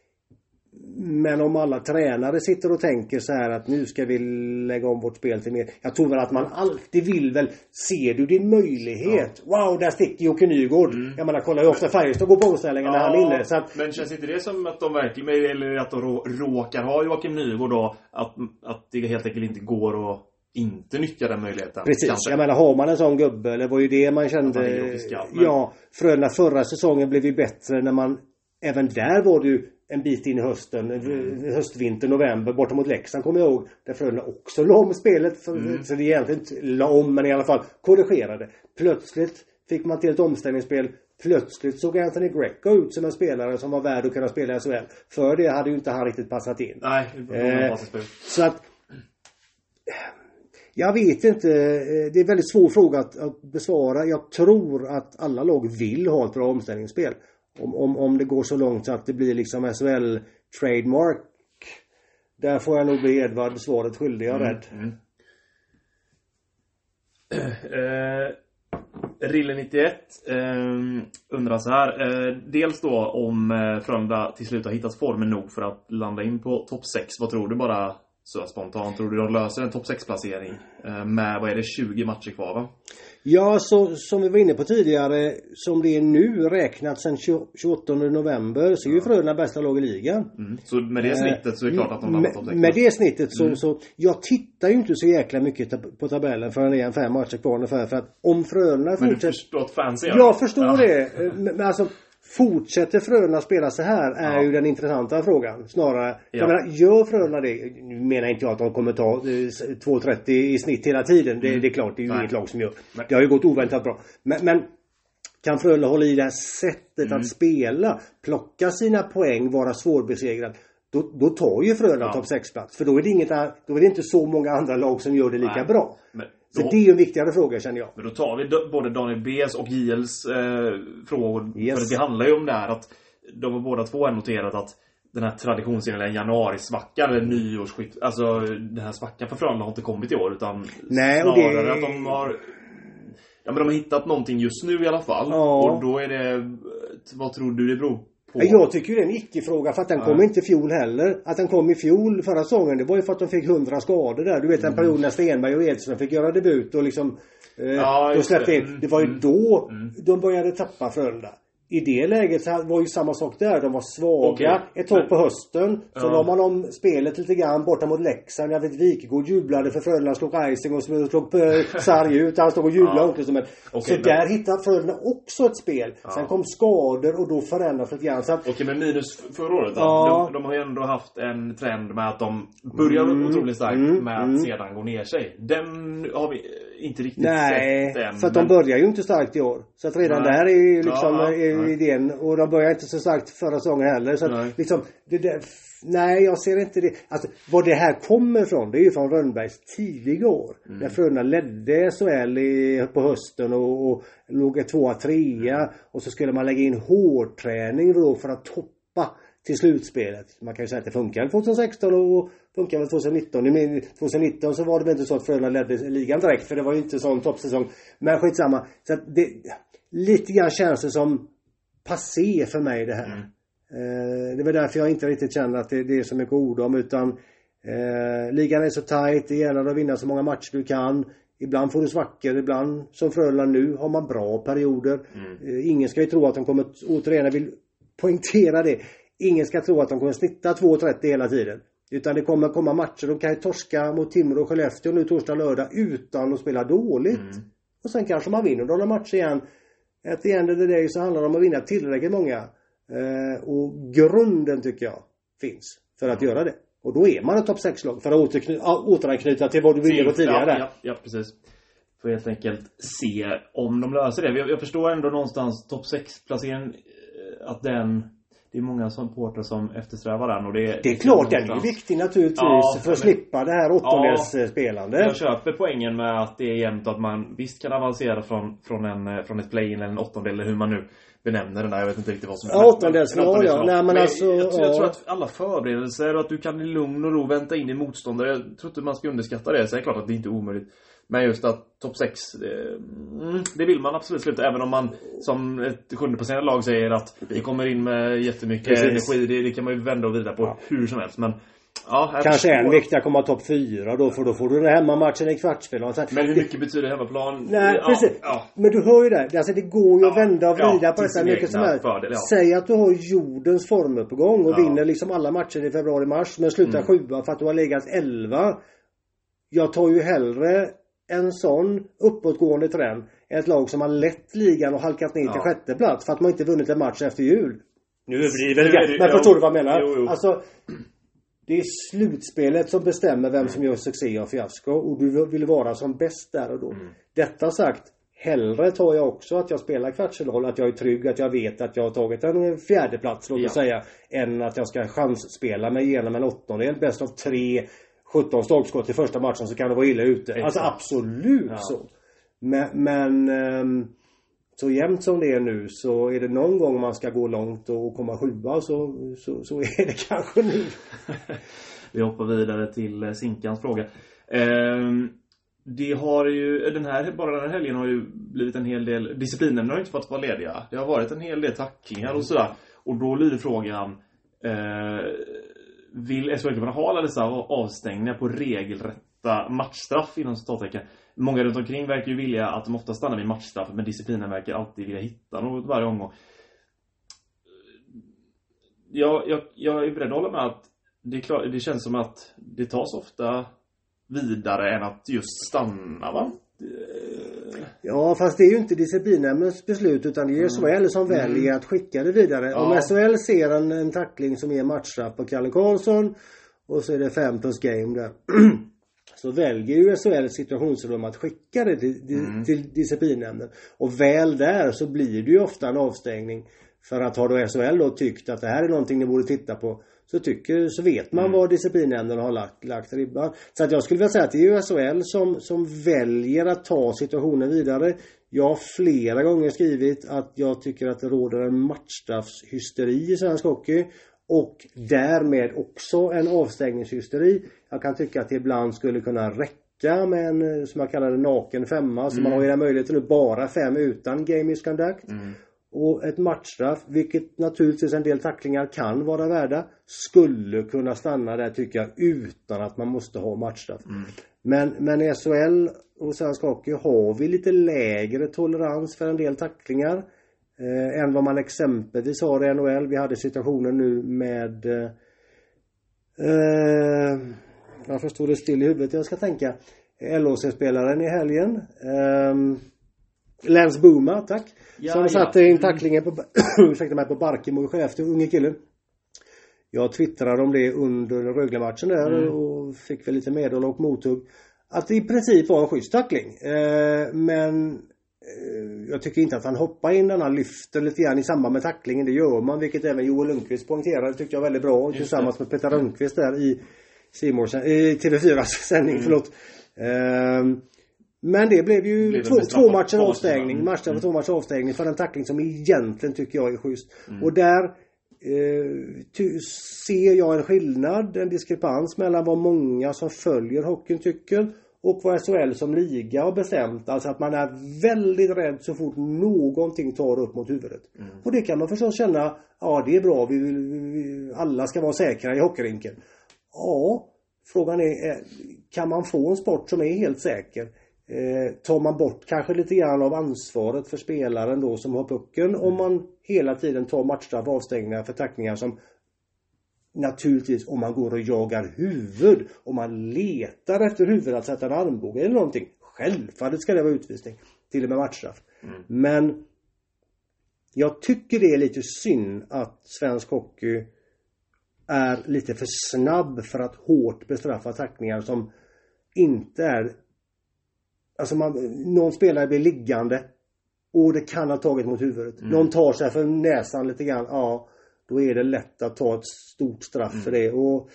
Men om alla tränare sitter och tänker så här att nu ska vi lägga om vårt spel till mer. Jag tror väl att man alltid vill väl, ser du din möjlighet? Ja. Wow, där sticker Jocke Nygård. Mm. Jag menar, kolla ju ofta Färjestad går på omställningen ja, när han är inne. Så att, men känns inte det som att de verkligen, eller att de råkar ha Joakim Nygård då, att, att det helt enkelt inte går att inte nyttja den möjligheten? Precis, kanske. Jag menar, har man en sån gubbe, det var ju det man kände. Officiellt, men... Ja, Frölunda förra säsongen blev ju bättre när man, även där var det ju en bit in i hösten, mm. höstvinter, november, borta mot Leksand kommer jag ihåg, där Frölunda också la om spelet, för, mm. så det egentligen inte la om, men i alla fall korrigerade. Plötsligt fick man till ett omställningsspel, plötsligt såg Anthony Greco ut som en spelare som var värd att kunna spela i S H L. För det hade ju inte han riktigt passat in. Nej, eh, så att jag vet inte, det är en väldigt svår fråga att, att besvara. Jag tror att alla lag vill ha ett bra omställningsspel. Om, om, om det går så långt så att det blir liksom S H L trademark, där får jag nog bli Edvard svaret skyldig, jag är rädd. Mm, mm. eh, Rille nittioett eh, undrar så här. Eh, dels då om eh, Frölunda till slut har hittat formen nog för att landa in på topp sex. Vad tror du, bara så spontant? Tror du de löser en topp sex-placering eh, med, vad är det, tjugo matcher kvar va? Ja, så som vi var inne på tidigare, som det är nu räknat sedan tjugoåttonde november, så är ju Frölunda bästa lag i ligan. Mm. Så med det snittet så är det klart att de landar topp sex. Med det snittet så, mm. så jag tittar ju inte så jäkla mycket på tabellen förrän det är en fem matcher kvar ungefär, för att om Frölunda fortsätter... Men du förstår att fans är... Jag förstår ja. det. Men alltså, fortsätter Frölunda spela så här är ja. ju den intressanta frågan. Snarare, ja. jag menar, gör Frölunda det? Nu menar inte jag att de kommer ta två trettio i snitt hela tiden. Det, mm. det är klart, det är ju Nej. inget lag som gör. Nej. Det har ju gått oväntat bra. Men, men kan Frölunda hålla i det här sättet mm. att spela, plocka sina poäng, vara svårbesegrad, då, då tar ju Frölunda ja. topp sex-plats. För då är, det inget, då är det inte så många andra lag som gör det lika Nej. bra. Men... Så då, det är ju en viktigare fråga, känner jag. Men då tar vi både Daniel B's och J L's eh, frågor. Yes. För det handlar ju om det här att de har båda två noterat att den här traditionsenliga januari-svackan eller nyårsskift, alltså den här svackan för Frölunda har inte kommit i år, utan Nej, och snarare det... att de har ja, men de har hittat någonting just nu i alla fall. Ja. Och då är det, vad tror du det beror på? Jag tycker det är en icke-fråga, för att den ja. kom inte i fjol heller. Att den kom i fjol förra säsongen, det var ju för att de fick hundra skador där. Du vet den mm. perioden när Stenberg och Edström fick göra debut och liksom eh, ja, då släppte in. Det var ju då mm. de började tappa Frölunda. i det läget så var ju samma sak där. De var svaga okay. ett tag Men, på hösten. Så ja. la man om spelet lite grann borta mot Leksand. Jag vet Wikegård jublade för Frölunda slog Icing och slog Sarg ut. Han stod och jublade ja. Men, okay, så men... där hittade Frölunda också ett spel. Ja. Sen kom skador och då förändrades lite grann. Okej, okay, men minus förra året då? Ja. De, de har ju ändå haft en trend med att de börjar mm. otroligt starkt mm. med att mm. sedan gå ner sig. Den har vi inte riktigt Nej, sett än. för att men... de börjar ju inte starkt i år. Så att redan Nej. där är ju liksom ja, är idén. Och de börjar inte så starkt förra säsongen heller. Så att liksom, det där, nej, jag ser inte det. Alltså, vad det här kommer från, det är ju från Rönnbergs tidiga år. Mm. När Frölunda ledde S H L i, på hösten och, och låg ett tvåa, trea. Mm. Och så skulle man lägga in hårdträning då för att toppa till slutspelet. Man kan ju säga att det funkar tjugohundrasexton och funkar väl tjugohundranitton. I tjugohundranitton så var det väl inte så att Frölunda ledde ligan direkt. För det var ju inte sån toppsäsong. Men skitsamma. Så att det, lite grann känns det som passé för mig det här. Mm. Eh, det var därför jag inte riktigt känner att det, det är så mycket ord om. Utan eh, ligan är så tight. Det gäller att vinna så många matcher du kan. Ibland får du svackor. Ibland som Frölunda nu har man bra perioder. Mm. Eh, ingen ska ju tro att de kommer, återigen jag vill poängtera det. Ingen ska tro att de kommer snitta två trettio hela tiden. Utan det kommer komma matcher. De kan ju torska mot Timrå och Skellefteå nu torsdag lördag utan att spela dåligt. Mm. Och sen kanske man vinner några matcher igen. At the end of the day så handlar det om att vinna tillräckligt många. Eh, och grunden tycker jag finns för att mm. göra det. Och då är man ett topp sex-lag för att återkny- återanknyta till vad du ville tidigare. Ja, ja, ja, precis. Får helt enkelt se om de löser det. Jag, jag förstår ändå någonstans topp sex-placeringen att den... Det är många supportrar som eftersträvar den. Och det, är, det är klart, den är viktig naturligtvis ja, för att men, slippa det här åttondelsspelande. Ja, jag köper poängen med att det är jämnt att man visst kan avancera från, från, en, från ett play-in eller en åttondel eller hur man nu benämner den där. Jag vet inte riktigt vad som är. Ja, åttondelsfinal, ja. Nej, men men alltså, jag, jag, jag ja. tror att alla förberedelser och att du kan i lugn och ro vänta in i motståndare. Jag tror inte man ska underskatta det. Så är det klart att det inte är omöjligt. Men just att topp sex, det, det vill man absolut sluta. Även om man som ett sjunde lag säger att vi kommer in med jättemycket Precis. energi. Det, det kan man ju vända och vrida på ja. hur som helst. Men ja, kanske förstår. En viktig att komma topp fyra då. För då får du den hemmamatchen i kvartsspel. Men hur mycket det, betyder hemmaplan? Nej, ja, precis. Ja. Men du hör ju det. Alltså det går ju ja. att vända och vrida ja, på detta mycket som helst. Ja. Säg att du har jordens former på gång och ja. vinner liksom alla matcher i februari-mars. Men slutar mm. sjua för att du har legat elva. Jag tar ju hellre en sån uppåtgående trend. Ett lag som har lett ligan och halkat ner ja. till sjätte plats för att man inte vunnit en match efter jul. Nu överdriver det. Men förstår du vad jag menar? Jo, jo. Alltså, det är slutspelet som bestämmer vem mm. som gör succé och fiasko. Och du vill vara som bäst där och då. Mm. Detta sagt, hellre tar jag också att jag spelar kvartsfinal, att jag är trygg, att jag vet att jag har tagit en fjärde plats, låt oss ja. säga, än att jag ska chansspela mig igenom en åttondel, bäst av tre. sjutton stolpskott i första matchen så kan det vara illa ute. Exakt. Alltså absolut ja. så. Men, men så jämnt som det är nu så är det någon gång man ska gå långt och komma sjua så, så, så är det kanske nu. Vi hoppar vidare till Sinkans fråga. Ehm, det har ju, den här, bara den här helgen har ju blivit en hel del, disciplinen har inte fått vara lediga. Det har varit en hel del tacklingar och sådär. Och då lyder frågan, eh, vill S H L kunna ha alla dessa avstängningar på regelrätta matchstraff inom citattecken? Många runt omkring verkar ju vilja att de ofta stannar vid matchstraff, men disciplinen verkar alltid vilja hitta något varje omgång. Jag, jag, jag är beredd att hålla med att det, är klart, det känns som att det tas ofta vidare än att just stanna, va? Ja, fast det är ju inte disciplinnämndens beslut utan det är S H L som mm. väljer att skicka det vidare. Ja. Om S H L ser en, en tackling som är matchstraff på Kalle Karlsson och så är det fem plus game där. Så väljer ju S H L situationsrum att skicka det till, mm. till disciplinnämnden. Och väl där så blir det ju ofta en avstängning. För att har då S H L då tyckt att det här är någonting ni borde titta på, så tycker, så vet man mm. vad disciplinnämnden har lagt, lagt ribban. Så att jag skulle vilja säga att det är ju S H L som, som väljer att ta situationen vidare. Jag har flera gånger skrivit att jag tycker att det råder en matchstraffshysteri i svensk hockey. Och därmed också en avstängningshysteri. Jag kan tycka att det ibland skulle kunna räcka med en, som jag kallar det, naken femma. Så mm. man har ju den möjligheten nu bara fem utan game misconduct. Mm. Och ett matchstraff, vilket naturligtvis en del tacklingar kan vara värda, skulle kunna stanna där tycker jag utan att man måste ha matchstraff. Mm. Men, men i S H L och svensk hockey har vi lite lägre tolerans för en del tacklingar. eh, än vad man exempelvis har i N H L. Vi hade situationen nu med eh, eh, jag förstår det still i huvudet, jag ska tänka L H C-spelaren i helgen eh, Lance Boma, tack. Ja, som ja. satte in tacklingen på ursäkta mig, på Barkim och chef till unge killen. Jag twittrade om det under Rögle-matchen där mm. och fick väl lite medhåll och mothugg. Att det i princip var en schysst tackling. Eh, men eh, jag tycker inte att han hoppar in den här lyfter lite grann i samband med tacklingen. Det gör man, vilket även Joel Lundqvist poängterade. Det tyckte jag väldigt bra. Just tillsammans det. med Peter Rundqvist där i Simors, i T V fyras sändning, mm. förlåt. Eh, men det blev ju det två, två matcher avstängning. Matchen för mm. två matcher avstängning för en tackling som egentligen tycker jag är schysst. Mm. Och där eh, ty, ser jag en skillnad, en diskrepans mellan vad många som följer hockeyn tycker och vad S H L som liga har bestämt. Alltså att man är väldigt rädd så fort någonting tar upp mot huvudet. Mm. Och det kan man förstås känna, ja det är bra, vi, vi, vi, alla ska vara säkra i hockeyrinken. Ja, frågan är, kan man få en sport som är helt säker? Eh, tar man bort kanske lite grann av ansvaret för spelaren då som har pucken mm. om man hela tiden tar matchstraff, avstängningar för tacklingar som naturligtvis om man går och jagar huvud, om man letar efter huvudet att sätta en armbåge eller någonting, självfallet ska det vara utvisning, till och med matchstraff. Mm. Men jag tycker det är lite synd att svensk hockey är lite för snabb för att hårt bestraffa tacklingar som inte är, alltså man, någon spelare blir liggande och det kan ha tagit mot huvudet. Mm. Någon tar sig för näsan lite grann, ja då är det lätt att ta ett stort straff mm. för det. Och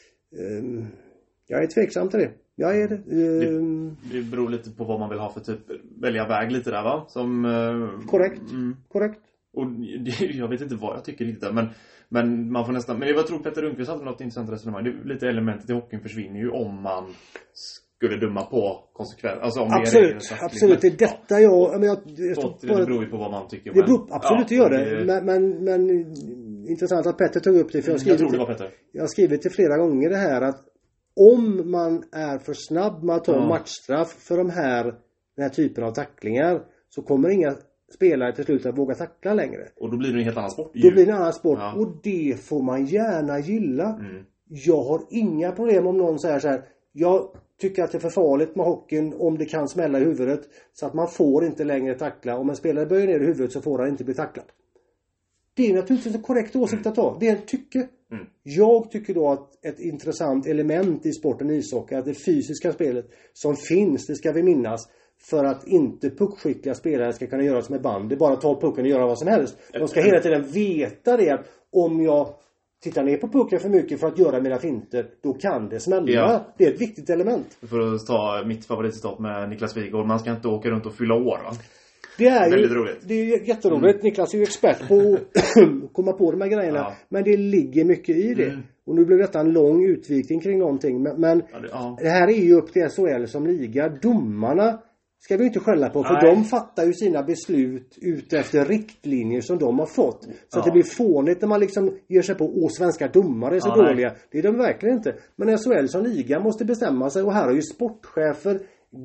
um, jag är tveksam till det. Jag är det. Um, det. Det beror lite på vad man vill ha för typ, välja väg lite där va? Som, uh, korrekt, mm. korrekt. Och det, jag vet inte vad jag tycker riktigt där, men, men man får nästan, men jag tror Peter Rundqvist hade något intressant resonemang. Det, lite elementet i hockeyn försvinner ju om man skulle döma på konsekvens. Alltså om absolut, det är absolut. Det är detta jag... Men jag, jag så, det, det beror ju på vad man tycker. Det beror, absolut, ja, det gör det. det. Men, men, men intressant att Petter tog upp det. För jag, jag tror det var Petter. Jag har skrivit till flera gånger det här att om man är för snabb med att ta ja. matchstraff för de här, den här typen av tacklingar så kommer inga spelare till slut att våga tackla längre. Och då blir det en helt annan sport. Då blir det en annan sport. Ja. Och det får man gärna gilla. Mm. Jag har inga problem om någon säger så här. Jag tycker att det är för farligt med hockeyn om det kan smälla i huvudet. Så att man får inte längre tackla. Om en spelare böjer ner i huvudet så får han inte bli tacklad. Det är naturligtvis en korrekt åsikt att ta. Det är en tycke. Mm. Jag tycker då att ett intressant element i sporten ishockey, att det fysiska spelet som finns, det ska vi minnas. För att inte puckskickliga spelare ska kunna göra som ett band. Det är bara att ta pucken och göra vad som helst. De ska hela tiden veta det att om jag tittar ner på pucken för mycket för att göra mina finter, då kan det smälla. Ja. Det är ett viktigt element. För att ta mitt favoritcitat med Niklas Wigård, man ska inte åka runt och fylla år va? Det är väldigt ju, roligt. Det är jätteroligt. Mm. Niklas är ju expert på att komma på de här grejerna. Ja. Men det ligger mycket i det. Mm. Och nu blir detta en lång utvikning kring någonting. Men, men ja, det, ja. det här är ju upp till S H L som liga. Domarna ska vi inte skälla på. För Nej. de fattar ju sina beslut ut efter riktlinjer som de har fått. Så ja. att det blir fånigt när man liksom ger sig på åh, svenska domare är så ja, dåliga. Nej. Det är de verkligen inte. Men S H L som liga måste bestämma sig. Och här har ju sportchefer,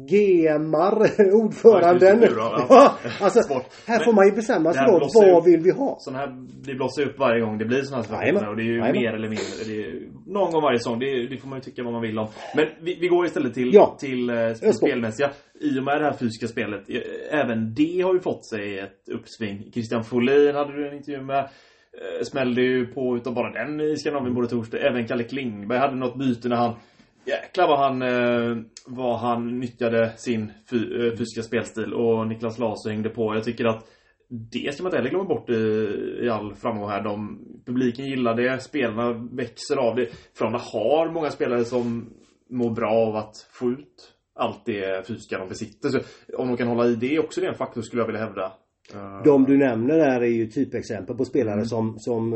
G M-ar, ordföranden. Ja, ja. Alltså, Sport. Här får man ju bestämma sig då, vad vill vi ha? Sån här, det blåser upp varje gång det blir såna här situationer. Och det är ju Jajamän. mer eller mindre. Det är, någon gång varje sång, det, det får man ju tycka vad man vill om. Men vi, vi går istället till, ja. till eh, spelmässiga. I och med det här fysiska spelet, även det har ju fått sig ett uppsving. Christian Folin hade du en intervju med. Eh, smällde ju på utav bara den i Skandinavien både torsdag. Även Kalle Klingberg hade något byte när han jäklar vad han, eh, vad han nyttjade sin fy, eh, fysiska spelstil. Och Niklas Larsson hängde på. Jag tycker att det ska man inte heller glömma bort i, i all framgång här. De, publiken gillar det, spelarna växer av det. Frölunda har många spelare som mår bra av att få ut allt det fysiska de besitter. Så om de kan hålla i det också, det är en faktor skulle jag vilja hävda. De du nämner där är ju typexempel på spelare mm. som, som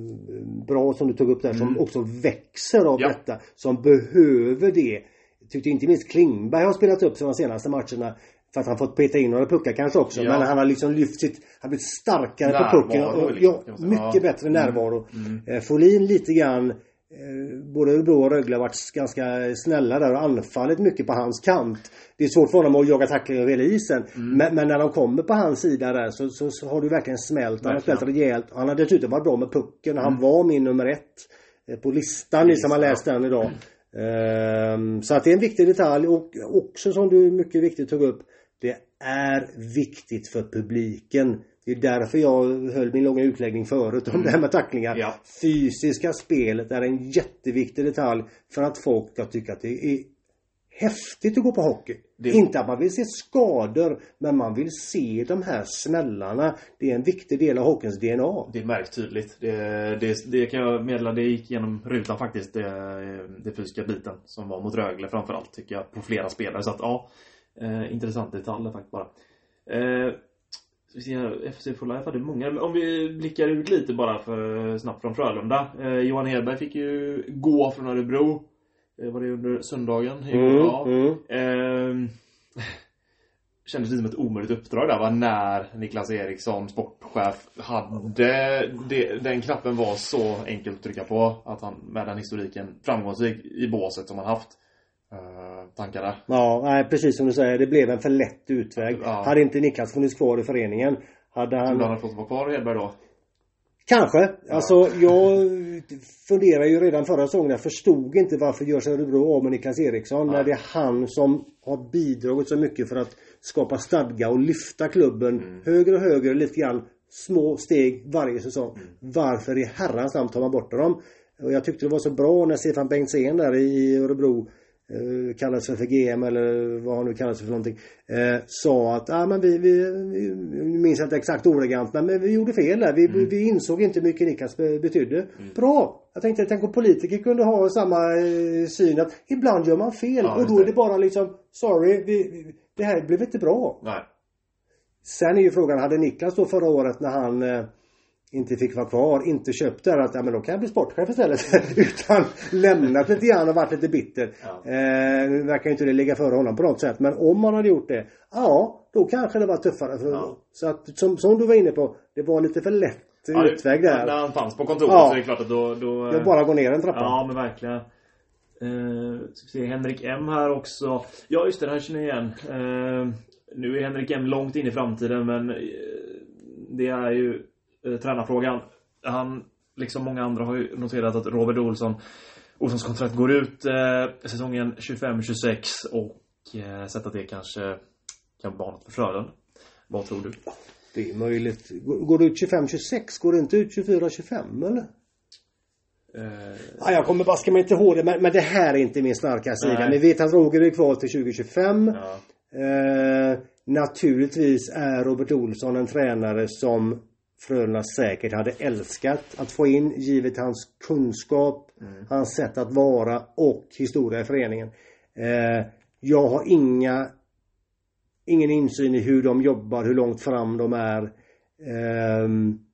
bra som du tog upp där, mm. som också växer av ja. detta, som behöver det. Jag tyckte inte minst Klingberg har spelat upp sig de senaste matcherna för att han fått peta in några puckar kanske också, ja. men han har liksom lyft sitt, han har blivit starkare närvaro, på pucken och, liksom, ja, mycket ja. bättre närvaro. Mm. Mm. Folin lite grann både Örebro och Rögle har varit ganska snälla där och anfallit mycket på hans kant. Det är svårt för honom att jaga tacklingar över hela isen. Mm. Men, men när de kommer på hans sida där så, så, så har du verkligen smält. Han har smält rejält. Han har dessutom varit bra med pucken. Han mm. var min nummer ett på listan, ni som har läst den idag. Mm. Um, så att det är en viktig detalj. Och också som du mycket viktigt tog upp, det är viktigt för publiken. Det är därför jag höll min långa utläggning förut om mm. det här med tacklingar. Ja. Fysiska spelet är en jätteviktig detalj för att folk ska tycka att det är häftigt att gå på hockey. Det... Inte att man vill se skador, men man vill se de här smällarna. Det är en viktig del av hockeyns D N A. Det märks tydligt. Det, det, det kan jag meddela, det gick genom rutan faktiskt, det, det fysiska biten som var mot Rögle framförallt tycker jag, på flera spelare. Så att ja, eh, intressant detalj faktiskt bara. Eh, F C For Life hade många. Om vi blickar ut lite bara för snabbt från Frölunda. Eh, Johan Hedberg fick ju gå från Örebro. Eh, var det under söndagen? Mm, ja. mm. Eh, kändes det som ett omöjligt uppdrag där, va? När Niklas Eriksson, sportchef, hade det, den knappen var så enkelt att trycka på att han med den historiken framgångsrik i båset som han haft. Uh, tankarna. Ja, nej, precis som du säger, det blev en för lätt utväg. Ja. Hade inte Niklas funnits kvar i föreningen, hade han... Tror du han hade fått vara kvar i Hedberg då? Kanske. Ja. Alltså, jag funderar ju redan förra säsongen. Jag förstod inte varför gör sig Örebro av med Niklas Eriksson. Nej. När det är han som har bidragit så mycket för att skapa stadga och lyfta klubben mm. högre och högre, lite grann små steg varje säsong. Mm. Varför i herrans namn tar man bort dem? Och jag tyckte det var så bra när Stefan Bengtzén där i Örebro, Uh, kallas för, för G M eller vad han nu kallas för någonting, uh, sa att ah, men vi, vi, vi minns inte exakt ordagrant, men, men vi gjorde fel där. Vi, mm. vi insåg inte mycket Niklas betydde. Mm. Bra! Jag tänkte att tänk om politiker kunde ha samma uh, syn att ibland gör man fel ja, och då är det bara liksom sorry, vi, vi, det här blev inte bra. Nej. Sen är ju frågan, hade Niklas då förra året när han uh, inte fick vara kvar, inte köpt där att ja, men då kan jag bli sportchef istället utan lämnat lite grann och varit lite bitter. Ja. Eh, nu verkar inte det ligga före honom på något sätt, men om man hade gjort det, ja, då kanske det var tuffare för ja. Så att som, som du var inne på, det var lite för lätt ja, utväg där. När han fanns på kontoret ja. Så är det klart att då... då jag bara går ner en trappa. Ja, men verkligen. Eh, ska vi se, Henrik M här också. Ja, just det, det här känner jag igen. Eh, nu är Henrik M långt in i framtiden, men eh, det är ju tränarfrågan. Han, liksom många andra, har ju noterat att Robert Olsson Olssons kontrakt går ut eh, säsongen tjugofem tjugosex och eh, sett att det kanske kan vara något för Frölunda. Vad tror du? Det är möjligt. Går det ut tjugofem tjugosex? Går det inte ut tjugofyra tjugofem eller? Eh... Ja, jag kommer bara ska man inte ihåg det, men, men det här är inte min starka sida. Vi vet att Roger är kvar till tjugo tjugofem. Ja. Eh, naturligtvis är Robert Olsson en tränare som Frölunda säkert hade älskat att få in, givet hans kunskap, mm. hans sätt att vara och historia i föreningen. Eh, jag har inga ingen insyn i hur de jobbar, hur långt fram de är. Eh,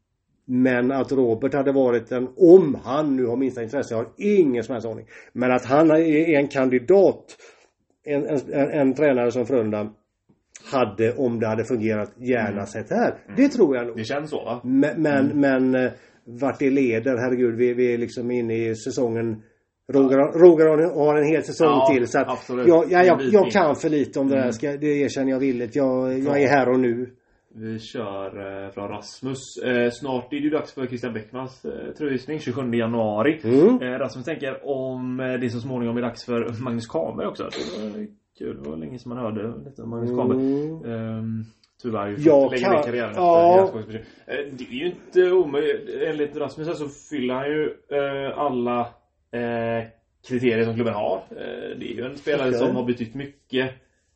men att Robert hade varit en, om han nu har minsta intresse, jag har ingen som helst aning. Men att han är en kandidat, en, en, en, en tränare som Frölunda hade, om det hade fungerat, gärna mm. sett här. Mm. Det tror jag nog. Det känns så, va? Men, men, mm. men vart det leder, herregud, vi, vi är liksom inne i säsongen. Roger, ja. Roger har en hel säsong ja, till. Så att jag, jag, jag, jag kan för lite om det här. Ska, det erkänner jag villigt. Jag, jag är här och nu. Vi kör eh, från Rasmus. Eh, snart är det ju dags för Christian Bäckmans eh, tröjhissning, tjugosjunde januari. Mm. Eh, Rasmus tänker om eh, det så småningom är dags för Magnus Kahnberg också. Det var kul, det var länge som man hörde lite om Magnus Kahnberg. Mm. Um, tyvärr ju fått lägga ner karriären. Ja. Efter, det är ju inte omöjligt. Enligt Rasmus så fyller han ju uh, alla uh, kriterier som klubben har. Uh, det är ju en spelare okay. som har betytt mycket.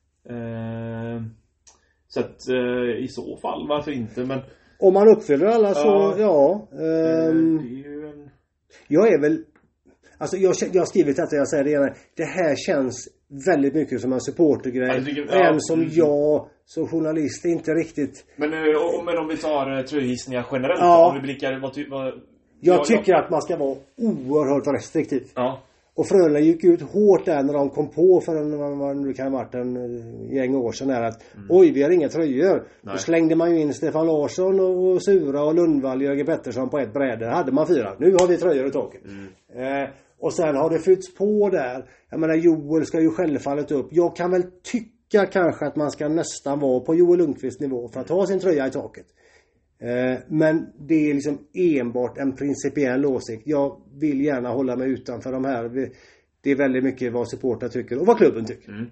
Uh, så att uh, i så fall, varför inte? Men om man uppfyller alla så, uh, ja. Um, uh, det är ju en... Jag är väl... Alltså jag, jag har skrivit detta, jag säger det gärna. Det här känns väldigt mycket som en supportergrej. Ja, ja, en som mm. jag som journalist inte riktigt. Men, men om vi tar tröjhissningar generellt, ja. Om vi blickar vad, vad, jag, jag tycker jag... att man ska vara oerhört restriktiv. Ja. Och Frölunda gick ut hårt där när de kom på för en, vad det kan ha varit en gäng år sedan här att mm. oj, vi har inga tröjor. Nej. Då slängde man ju in Stefan Larsson och, och Sura och Lundvall och Jörgen Pettersson på ett bräde. Hade man fyra. Nu har vi tröjor i taket. Mm. Eh, Och sen har det fyllts på där. Jag menar, Joel ska ju självfallet upp. Jag kan väl tycka kanske att man ska nästan vara på Joel Lundqvists nivå för att ha sin tröja i taket. Eh, men det är liksom enbart en principiell åsikt. Jag vill gärna hålla mig utanför de här. Det är väldigt mycket vad supportrar tycker och vad klubben tycker. Mm.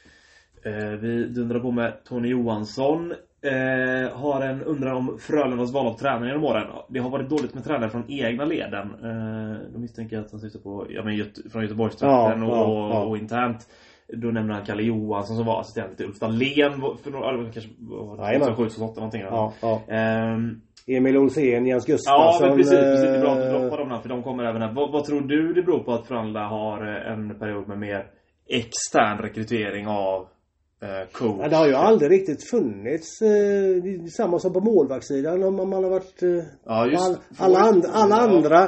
Eh, vi dundrar på med Tony Johansson. Eh, har en undran om Frölundas val av tränare genom åren. Det har varit dåligt med tränare från egna leden. Eh, då misstänker jag att han syftar på ja, men Göte- från Göteborgstrakten ja, och, ja, ja. och internt. Då nämner han Kalle Johansson som var assistent till Ulf Dahlén för några eller kanske tjugohundrasju någonting. Ja, ja. Um, Emil Olsén, Jens ja, Gustafsson. men precis, precis. Det är bra att du droppar dem här för de kommer även här. Vad, vad tror du det beror på att Frölunda har en period med mer extern rekrytering av eh, coach? Ja, det har ju aldrig riktigt funnits eh, det är samma som på målvaktssidan om man har varit eh, ja, just, all, alla, and, alla ja. andra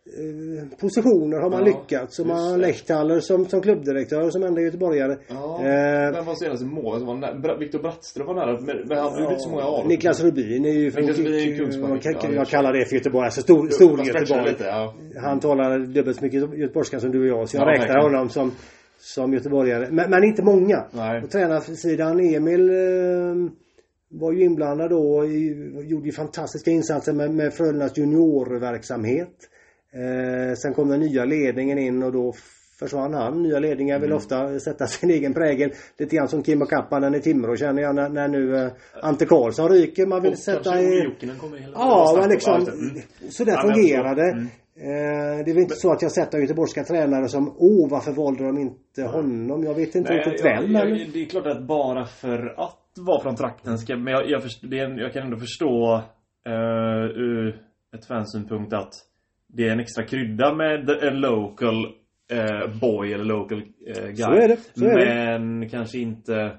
eh, positioner har man ja, lyckats. Så man har Lechtaller som, som klubbdirektör som enda göteborgare. Ja, eh, vem var senaste målet? Var Viktor Brattström var nära, men, men han blev inte så många av. Niklas Rubin är ju från Niklas Rubin är ju Kungsbacka. jag, jag, Ja, jag kallar det för Göteborg, alltså stor, stor Göteborg. Lite, ja. Han talar dubbelt så mycket göteborgska som du och jag, så jag Ja, räknar verkligen. honom som som göteborgare, men, men inte många. Nej. På tränarsidan Emil eh, var ju inblandad då i, gjorde ju fantastiska insatser med, med Frölundas juniorverksamhet. Eh, sen kom den nya ledningen in och då försvann han. Nya ledningar mm. vill ofta sätta sin egen prägel. Lite grann som Kimmo Kappanen i Timrå känner jag när, när nu eh, Ante Karlsson ryker. Man vill och sätta i... Ja, men liksom mm. så där ja, fungerade. Mm. Eh, det är väl inte så att jag sätter göteborgska tränare som åh varför valde de inte honom? Jag vet inte riktigt vem. Jag, jag, det är klart att bara för att vara från trakten ska, men jag, jag, först, det är, jag kan ändå förstå uh, ur ett fansynpunkt att det är en extra krydda med en local uh, boy eller local uh, guy. Så är det, så är men det. Kanske inte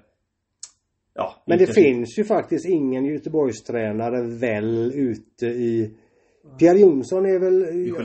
ja, men inte det finns ju faktiskt ingen Göteborgstränare väl ute i Pierre Jonsson är väl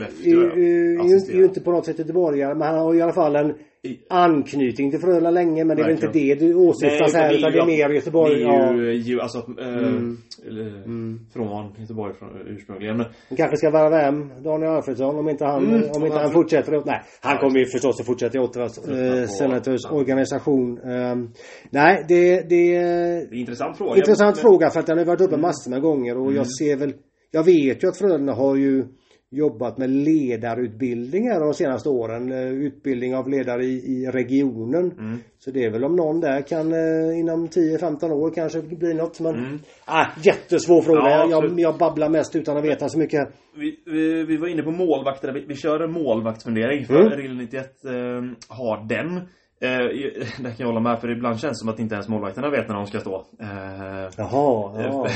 är ju inte på något sätt göteborgare, men han har i alla fall en anknytning till Frölunda länge, men det är väl inte det du åsyftas här, utan det är mer Göteborg. Det är ju, ja. alltså äh, mm. mm. från Göteborg från ursprungligen. Men han kanske ska vara hem Daniel Alfredsson om inte han, mm. om inte han fortsätter. Nej, han kommer ju förstås att fortsätta i Ottawas äh, senators organisation. Um, nej, det, det, det är intressant fråga. Intressant men... fråga för att den har varit uppe massor med gånger och mm. jag ser väl Jag vet ju att Frölunda har ju jobbat med ledarutbildningar de senaste åren. Utbildning av ledare i, i regionen. Mm. Så det är väl om någon där kan inom tio femton år kanske bli något. Men mm. ah, jättesvår fråga. Ja, jag, jag babblar mest utan att veta så mycket. Vi, vi, vi var inne på målvakter. Vi, vi kör en målvaktsfundering. För mm. Rille nittioett eh, har den. Eh, där kan jag hålla med, för ibland känns det som att inte ens målvakterna vet när de ska stå. Eh, Jaha, ja.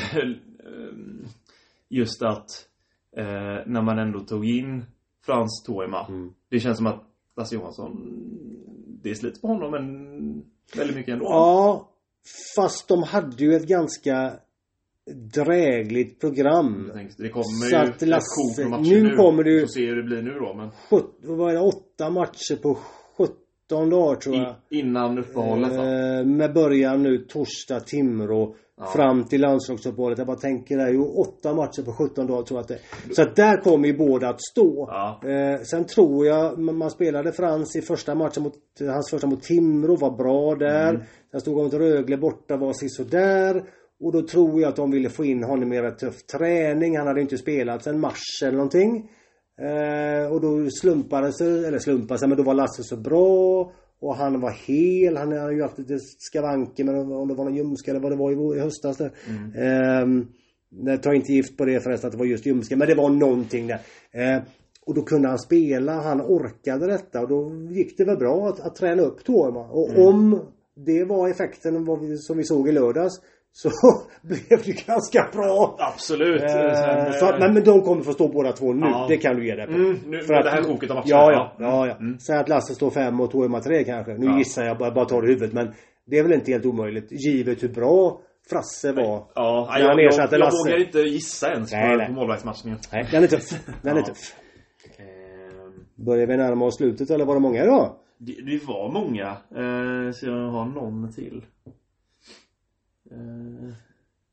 Just att eh, när man ändå tog in Frans Toima, mm. det känns som att Lasse Johansson, det är slut på honom, men väldigt mycket ändå. Ja, fast de hade ju ett ganska drägligt program. Tänkte, det kommer så ju att Lasse, ett nu, nu kommer du så ser hur det blir nu då, men sjutton, vad är det, åtta matcher på sjutton dagar tror jag. I, innan uppehållet eh, med början nu torsdag Timrå. Ja. Fram till landslagsuppehållet. Jag bara tänker där ju åtta matcher på sjutton dagar tror jag att det. Så att där kommer ju båda att stå. Ja. Eh, sen tror jag man spelade Frans i första matchen mot hans första mot Timrå var bra där. Mm. Sen stod han mot Rögle borta var så där. Och då tror jag att de ville få in honom i rätt tuff träning. Han hade inte spelat sen mars eller någonting. Eh, och då slumpade sig eller slumpade sig men då var Lasse så bra. Och han var hel. Han hade ju haft lite skavanker. Men om det var någon ljumska eller vad det var i höstas där. Mm. Um, jag tar inte gift på det förresten att det var just ljumska. Men det var någonting där. Uh, och då kunde han spela. Han orkade detta. Och då gick det väl bra att, att träna upp Toima. Och mm. om det var effekten vad vi, som vi såg i lördags. Så blev det ganska bra. Absolut. Uh, så, men, men de kommer få stå båda två nu. Ja. Det kan du ge det på. Mm, nu, för att, det här koket av matchen. Ja, ja. ja, ja. Mm. Säg att Lasse står fem och Toima tre kanske. Nu ja. gissar jag bara, bara tar det i huvudet. Men det är väl inte helt omöjligt. Givet hur bra Frasse var. Ja, jag, jag, jag, jag vågar inte gissa ens nej, på, på målvaktsmatchningen. Nej, den är tuff. Den ja. är tuff. Um, Börjar vi närma oss slutet eller var det många idag? Det, det var många. Uh, så jag har någon till. Uh,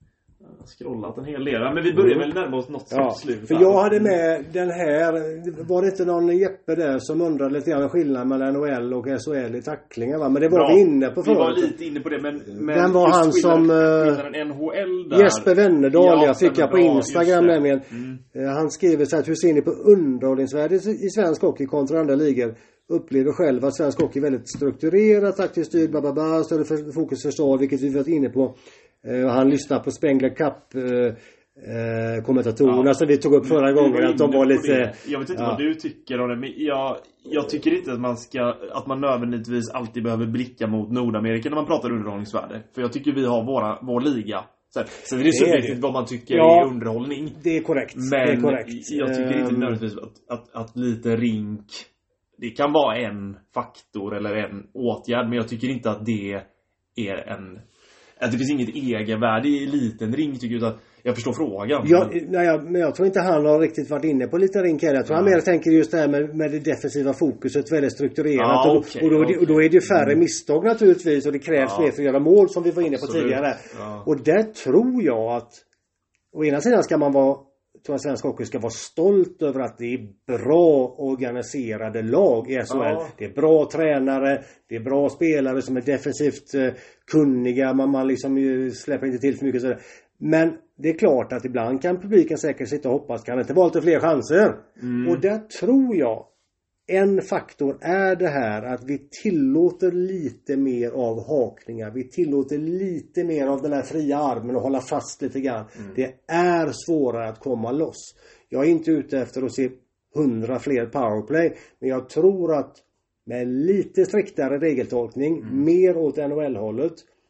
Jag har scrollat en hel del. Men vi börjar väl närma oss något ja, slut. För jag hade med den här. Var det inte någon Jeppe där som undrade lite grann skillnaden mellan N H L och S H L i tacklingar, va? Men det var Bra. vi inne på förut. Vi var lite inne på det. Men, men den var han som N H L där. Jesper Wennerdal, ja, jag fick jag på bra, Instagram nämligen. Mm. Han skriver så här: hur ser ni på underhållningsvärdet i svensk hockey kontra andra ligor? Upplever själv att svensk hockey är väldigt strukturerat, taktiskt styrd, bababa, större fokus för stad, vilket vi varit inne på. Uh, han lyssnar på Spengler Cup uh, uh, kommentatorerna ja. som vi tog upp förra gången, att de var lite... Det. Jag vet inte ja. vad du tycker om det, men jag, jag tycker inte att man ska, att man nödvändigtvis alltid behöver blicka mot Nordamerika när man pratar underhållningsvärde. För jag tycker vi har våra, vår liga. Så, så det är så viktigt vad man tycker ja, är underhållning. Det är korrekt. Men det är korrekt. jag tycker inte nödvändigtvis att, att, att lite rink, det kan vara en faktor eller en åtgärd, men jag tycker inte att det är en... Att det finns inget egenvärde i liten ring, tycker jag. Jag förstår frågan. Ja, men... Nej, men jag tror inte han har riktigt varit inne på lite rink heller. Jag tror ja. han mer tänker just det här med, med det defensiva fokuset, väldigt strukturerat. Ja, okay, och, och, då, okay. och då är det ju färre mm. misstag naturligtvis, och det krävs ja. mer för att göra mål, som vi var inne på Absolut. tidigare. Ja. Och där tror jag att å ena sidan ska man vara, tror jag svensk hockey ska vara stolt över att det är bra organiserade lag i S H L. Ja. Det är bra tränare, det är bra spelare som är defensivt eh, kunniga, man, man liksom ju släpper inte till för mycket sådär. Men det är klart att ibland kan publiken säkert sitta och hoppas, kan det inte vara lite fler chanser? Mm. Och där tror jag en faktor är det här att vi tillåter lite mer av hakningar. Vi tillåter lite mer av den här fria armen och hålla fast lite grann. Mm. Det är svårare att komma loss. Jag är inte ute efter att se hundra fler powerplay, men jag tror att med lite striktare regeltolkning, mm. mer åt N H L-hållet,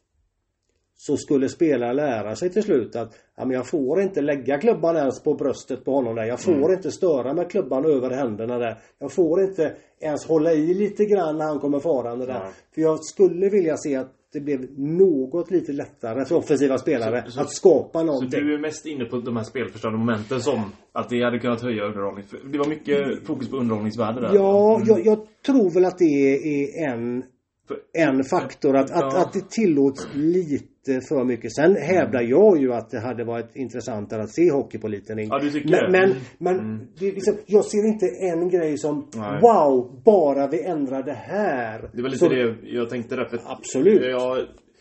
så skulle spelare lära sig till slut att ja, men jag får inte lägga klubban ens på bröstet på honom där. Jag får mm. inte störa med klubban över händerna där. Jag får inte ens hålla i lite grann när han kommer farande där. Mm. För jag skulle vilja se att det blev något lite lättare för offensiva spelare så, så, att skapa någonting. Så du är mest inne på de här spelförstörande momenten som att det hade kunnat höja underhållning. Det var mycket mm. fokus på underhållningsvärde där. Ja, mm. jag, jag tror väl att det är en, för, en faktor. Att, ja. att, att det tillåts lite för mycket. Sen hävdar jag ju att det hade varit intressantare att se hockey på liten ring. Ja, du tycker men, det. Men, men mm. det, liksom, jag ser inte en grej som Nej. wow, bara vi ändrar det här. Det var lite så, det jag tänkte därför. Absolut. Jag,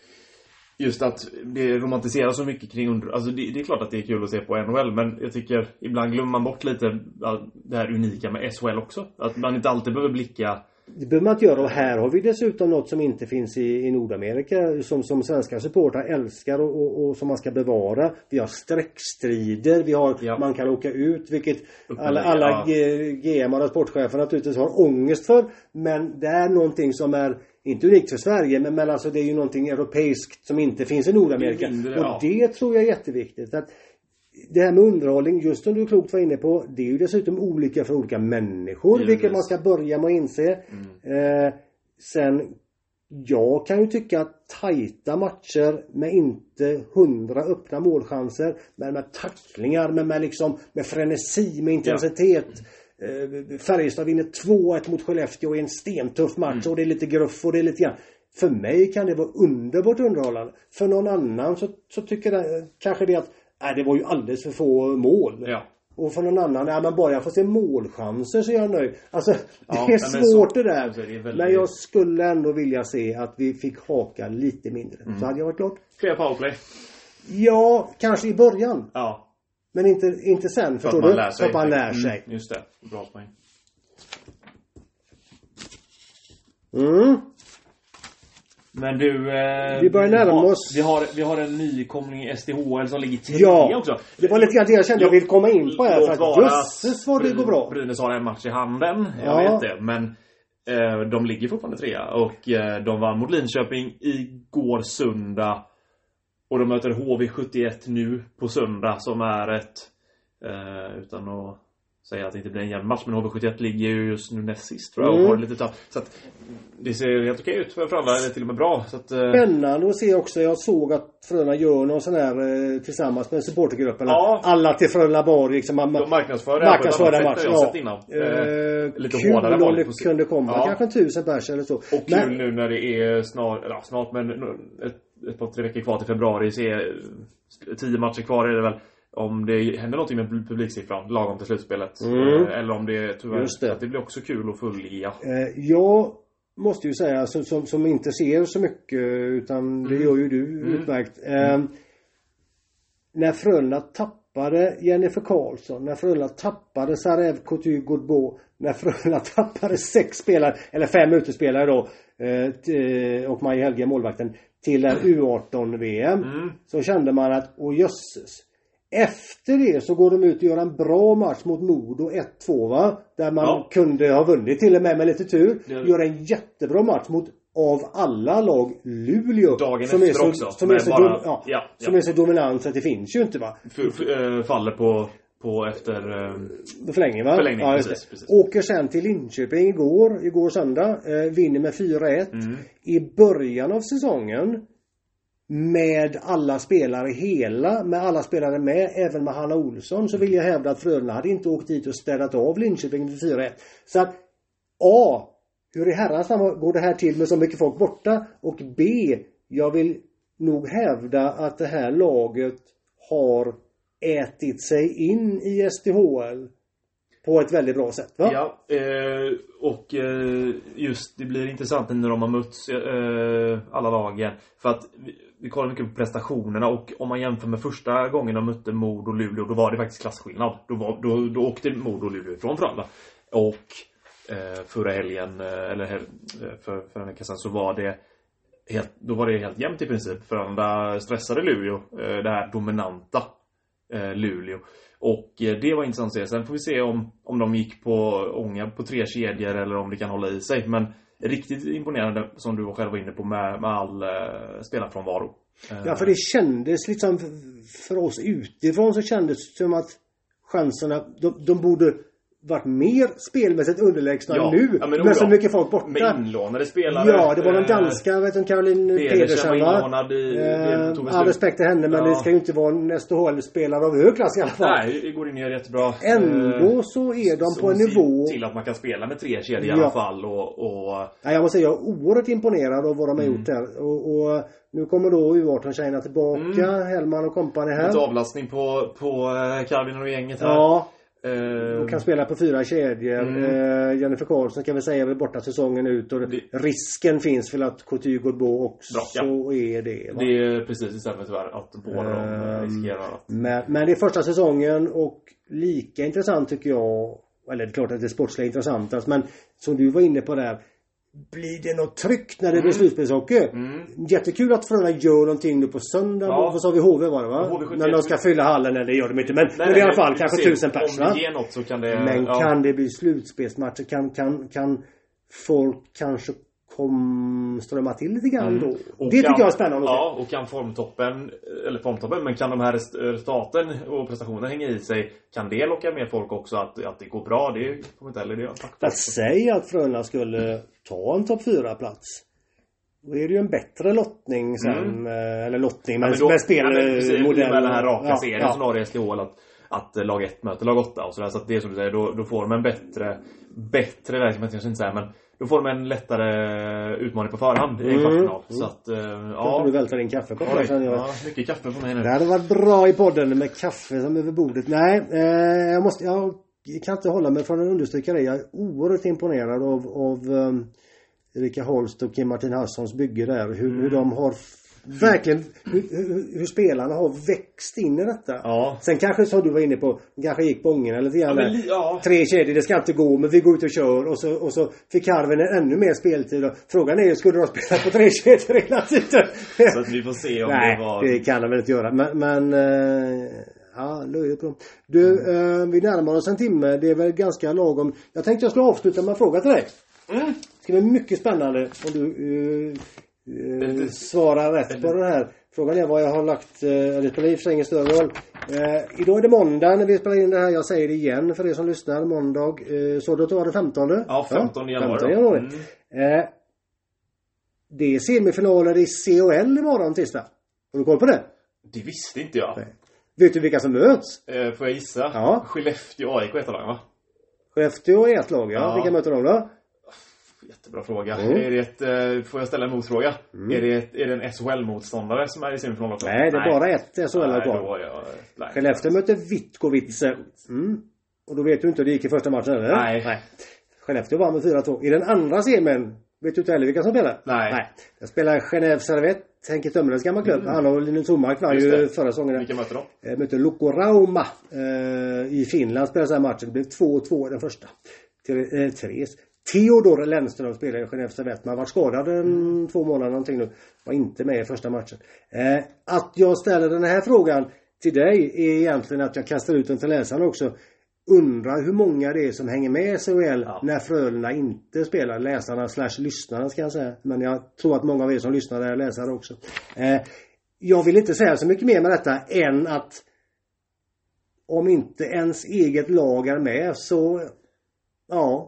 just att det romantiseras så mycket kring under... Alltså det, det är klart att det är kul att se på N H L, men jag tycker ibland glömmer man bort lite det här unika med S H L också. Att man inte alltid behöver blicka. Det behöver man inte göra, och här har vi dessutom något som inte finns i, i Nordamerika som, som svenska supportrar älskar och, och, och som man ska bevara. Vi har sträckstrider, vi har, ja. man kan åka ut, vilket alla, alla ja. G M och sportchefer naturligtvis har ångest för, men det är någonting som är inte unikt för Sverige, men, men alltså det är ju någonting europeiskt som inte finns i Nordamerika. Mindre, och ja. det tror jag är jätteviktigt. Att det här med underhållning, just som du klokt var inne på, det är ju dessutom olika för olika människor, mm, vilket man ska börja med att inse. Mm. Eh, sen, jag kan ju tycka att tajta matcher med inte hundra öppna målchanser, men med tacklingar, med, med, liksom, med frenesi, med intensitet. Ja. Eh, Färjestad vinner två ett mot Skellefteå i en stentuff match, mm. och det är lite gruff och det är lite grann. För mig kan det vara underbart underhållande. För någon annan så, så tycker jag kanske det att nej, det var ju alldeles för få mål. Ja. Och för någon annan, nej, men bara jag får se målchanser så är jag nöjd. Alltså, det ja, är svårt så, det där. Alltså, det är väldigt... Men jag skulle ändå vilja se att vi fick haka lite mindre. Mm. Så hade jag varit glad. Fler powerplay? Ja, kanske i början. Ja. Men inte, inte sen, förstår du? För att man lär sig. Mm, just det, bra poäng. Mm. Men du, eh, vi börjar närma oss. Vi har, vi har en nykomling i S D H L som ligger trea ja, också. Det var lite grann det jag kände jag vill komma in på här. För att jösses vad det går bra. Brynäs har en match i handen, jag ja. vet det. Men eh, de ligger fortfarande trea. Och eh, de vann mot Linköping igår söndag. Och de möter H V sjuttioett nu på söndag, som är ett, eh, utan att säga att det inte blir en jämn match, men H V sjuttioett ligger ju just nu näst sist, tror jag, och mm. har lite tapp. Så att det ser helt okej ut för Frölunda, eller till och med bra. Så att, eh... spännande att se också. Jag såg att Frölunda gör någon sån här eh, tillsammans med supportergruppen. Ja. Alla till Frölunda var liksom man, de marknadsför det marknadsför den matchen. Jag sett innan. Eh, lite kul hårdare om det kunde komma. Ja. Kanske en tusen pers eller så. Och kul men... nu när det är snart, eller snart, men ett ett par tre veckor kvar till februari. Se, tio matcher kvar är det väl. Om det händer någonting med publiksiffran lagom till slutspelet. Mm. Eller om det tyvärr, Just det. att det blir också kul att följa. Eh, jag måste ju säga, som, som, som inte ser så mycket, utan det gör ju du Mm. utmärkt. Eh, när Frölunda tappade Jennifer Karlsson, när Frölunda tappade Sarev Couture-Godbo, när Frölunda tappade sex spelare, eller fem utespelare då, eh, t- och Maja Helge målvakten, till en U arton-V M, Mm. så kände man att, åh jösses. Efter det så går de ut och gör en bra match mot Modo ett två, va? Där man Ja. kunde ha vunnit till och med med lite tur. Det- Gör en jättebra match mot, av alla lag, Luleå. Dagen som är efter så, också, Som, är men så, bara- dom, ja, ja, som ja. är så dominant så att det finns ju inte, va? F- f- äh, faller på, på efter... Äh, Förlängning, va? Förlängning, ja, precis, just det. precis. Åker sen till Linköping igår, igår söndag. Eh, vinner med fyra ett. Mm. I början av säsongen, med alla spelare hela, med alla spelare med, även med Hanna Olsson, så vill jag hävda att Frölunda hade inte åkt dit och städat av Linköping till fyra ett. Så att A, hur i herrans namn går det här till med så mycket folk borta? Och B, jag vill nog hävda att det här laget har ätit sig in i S D H L på ett väldigt bra sätt, va? Ja, eh, och eh, just det blir intressant när de har mötts eh, alla lagen. För att vi, vi kollar mycket på prestationerna, och om man jämför med första gången de mötte Modo och Luleå, då var det faktiskt klasskillnad. Då, var, då, då åkte Modo och Luleå ifrån Frölunda. Och eh, förra helgen, eh, eller hel, för, för en vecka sedan, så var det helt, då var det helt jämnt i princip. Frölunda stressade Luleå, eh, det här dominanta eh, Luleå. Och eh, det var intressant att se. Sen får vi se om, om de gick på ånga på tre kedjor eller om det kan hålla i sig. Men riktigt imponerande, som du själv var inne på, med, med all eh, spelarfrånvaro. Eh, Ja, för det kändes liksom för oss utifrån, så kändes det som att chanserna, de, de borde varit mer spelmässigt underlägsna Ja, nu, ja, men med så ja. mycket folk borta. Med inlånade spelare. Ja, det var de eh, danska, vet du, Caroline Pedersen Pedersen, var va? inlånad i- Eh, det tog all beslut. respekt till henne, men Ja. det ska ju inte vara en S D H L-spelare av hög klass i alla fall. Nej, det går in i jättebra. Ändå eh, så är de som på en ser nivå. till att man kan spela med tre kedjor i Ja. alla fall. Och, och Ja, jag måste säga, jag är oerhört imponerad av vad de har Mm. gjort här. Och, och nu kommer då U arton-tjejerna tillbaka, Mm. Hellman och kompani här. lite avlastning på, på eh, Calvin och gänget här. Ja, Eh, de kan spela på fyra kedjor. Mm. Eh, Jennifer Karlsson kan vi säga är väl borta säsongen ut. Och Det- risken finns väl att Couture-Godbo också Bra, ja. är det. Va? Det är precis istället tyvärr att båda de Ehm, riskerar att... Men, men det är första säsongen, och lika intressant tycker jag, eller det är klart att det är sportsligt intressantast, men som du var inne på där, blir det något tryck när det blir Mm. slutspelshockey? Mm. Jättekul att Frölunda gör någonting nu på söndag. Ja. Vad sa vi, H V var det, va? H V sjuttioett. När de ska fylla hallen, eller det gör de inte, men, Nej, men i alla nej, fall vi kanske får se. tusen pers, va? Om det ger något så kan det... Men ja. kan det bli slutspelsmatcher? Kan, kan, kan folk kanske kom, strömma till lite grann Mm. då? Och Det tycker kan- jag är spännande att se. Ja, och kan formtoppen, eller formtoppen, men kan de här rest- resultaten och prestationen hänga i sig, kan det locka med folk också att, att det går bra? Det kommer inte heller det. Att säga att Frölunda skulle ta en topp fyra plats, då är det ju en bättre lottning sen, Mm. eh, eller lottning, Ja, men, men då- med ja, men precis, spelmodell. med den här raka Ja, serien ja. som har det i S D H L, att, att lag ett möter lag åtta och sådär. Så att det är som du säger, då, då får de en bättre bättre verksamhet, kanske inte säga, men då får de en lättare utmaning på förhand i en Mm. kvartsfinal. Mm. Så att, eh, Ja. ja. Du välter din kaffekopp där, Oj, känner jag. ja, mycket kaffe på mig nu. Det hade varit bra i podden med kaffe som över bordet. Nej, eh, jag måste, jag kan inte hålla mig från att understryka det. Jag är oerhört imponerad av, av um, Erika Holst och Kim Martin Hasssons bygge där. Hur, Mm. hur de har f- verkligen, hur, hur, hur spelarna har växt in i detta. Ja. Sen kanske, som du var inne på, kanske gick på ångerna lite grann Ja, men där. li- ja. Tre kedjor, det ska inte gå, men vi går ut och kör. Och så, och så fick Karven ännu mer speltid. Och frågan är ju, skulle de spela på tre kedjor hela tiden? Så att vi får se om Nej, det var... det kan de väl inte göra. Men, men eh, ja, löjligt bra. Du, eh, vi närmar oss en timme. Det är väl ganska lagom. Jag tänkte jag skulle avsluta med en fråga till dig. Mm. Det ska bli mycket spännande om du eh, eh, svarar rätt på den här. Frågan är vad jag har lagt, eh, det spelar i och för sig ingen större roll. Eh, idag är det måndag när vi spelar in det här. Jag säger det igen för er som lyssnar. Måndag, eh, så då var det femtonde? Ja, femtonde januari. femtonde januari. Mm. Eh, det är semifinaler i C H L imorgon tisdag. Har du koll på det? Det visste inte jag. Nej. Vet du vilka som möts? Eh, får jag gissa? Ja. Skellefteå A I K heter lagen, va? Skellefteå är ett lag, ja. Ja. Vilka möter de då? Jättebra fråga. Mm. Är det ett, uh, får jag ställa en motfråga? Mm. Är, det ett, är det en S H L-motståndare som är i semifinal också? Nej, det är nej. bara ett S H L kvar. Skellefteå mötte Vitkovice. Mm. Och då vet du inte hur det gick i första matchen, eller? Nej. nej. Skellefteå vann med fyra två. I den andra semin vet du inte heller vilka som spelar? Nej. Nej. Jag spelar Genève Servette, Henke Tömmerens gamla klubb. Mm. Han och Linus Omark var ju förra säsongen. Vilka mötte de? Eh, mötte Lukko Rauma eh, i Finland spelade den här matchen. Det blev två två i den första. Eh, Therese. Theodor Lennström spelade i Genève Servette. Man var skadad en mm. två månader någonting nu. Var inte med i första matchen. Eh, att jag ställer den här frågan till dig är egentligen att jag kastar ut den till läsarna också. Undrar hur många det är som hänger med i S H L ja. när Frölunda inte spelar. Läsarna slash lyssnarna ska jag säga. Men jag tror att många av er som lyssnar är läsare också. Eh, jag vill inte säga så mycket mer med detta än att om inte ens eget lag är med så ja.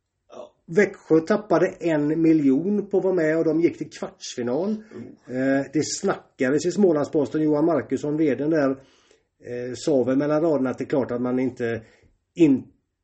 Växjö tappade en miljon på att vara med och de gick till kvartsfinal. Mm. Eh, det snackades i Smålandsposten. Johan Markusson, vdn där, eh, sa väl mellan raderna att det är klart att man inte in,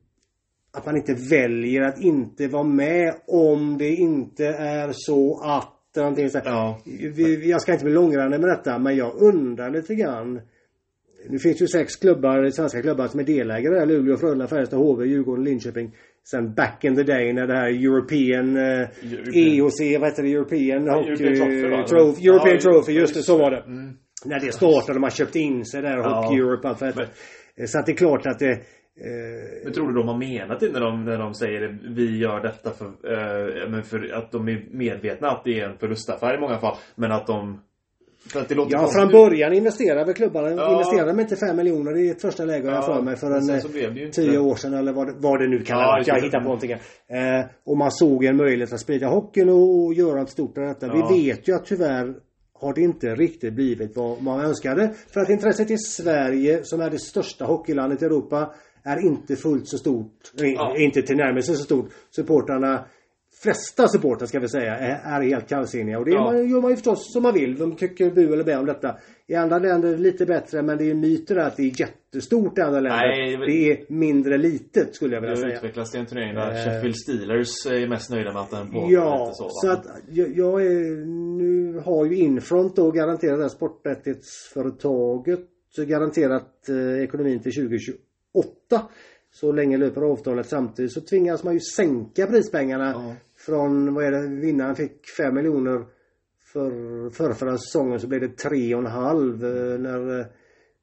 att man inte väljer att inte vara med om det inte är så att så ja. vi, jag ska inte bli långrandig med detta, men jag undrar lite grann. Nu finns ju sex klubbar, svenska klubbar som är delägare där. Luleå, Frölunda, Färjestad, H V, Djurgården, Linköping. Sen back in the day när det här European, eh, E O C, vad heter det? European Hockey European Trophy, European ja, Trophy, just det, så var det. Mm. När det startade, man köpte in sig där, ja. Hockey Europe, allt för det. Så att det är klart att det... Eh, men tror du de har menat det när de, när de säger det, vi gör detta för, eh, men för att de är medvetna att det är en förlustaffär i många fall, men att de... Att det ja, från början investerade väl klubbarna, ja. investerade de inte fem miljoner i ett första läge ja. jag för mig för en tio år sedan eller vad det, vad det nu kan ja, vara. Jag hittar på någonting. Eh, och man såg en möjlighet att sprida hockeyn och, och göra ett stort av detta. Ja. Vi vet ju att tyvärr har det inte riktigt blivit vad man önskade. För att intresset i Sverige, som är det största hockeylandet i Europa, är inte fullt så stort. Ja. Inte till närmast så stort. Supportarna, flesta supportrar ska vi säga, är, är helt kallsinniga. Och det ja. man, gör man ju förstås som man vill. De tycker bu eller bä om detta. I andra länder är det lite bättre, men det är ju myter att det är jättestort i andra länder. Nej, det, det är mindre litet, skulle jag vilja säga. Det utvecklas till en turnering där äh, Sheffield Steelers är mest nöjda med att den på. Ja, så, så att jag, jag är, nu har ju Infront då garanterat det här sporträttighetsföretaget garanterat eh, ekonomin till tjugo tjugoåtta. Så länge löper avtalet. Samtidigt så tvingas man ju sänka prispengarna ja. från, vad är det, vinnaren fick fem miljoner för, för förra säsongen, så blev det tre och en halv när eh,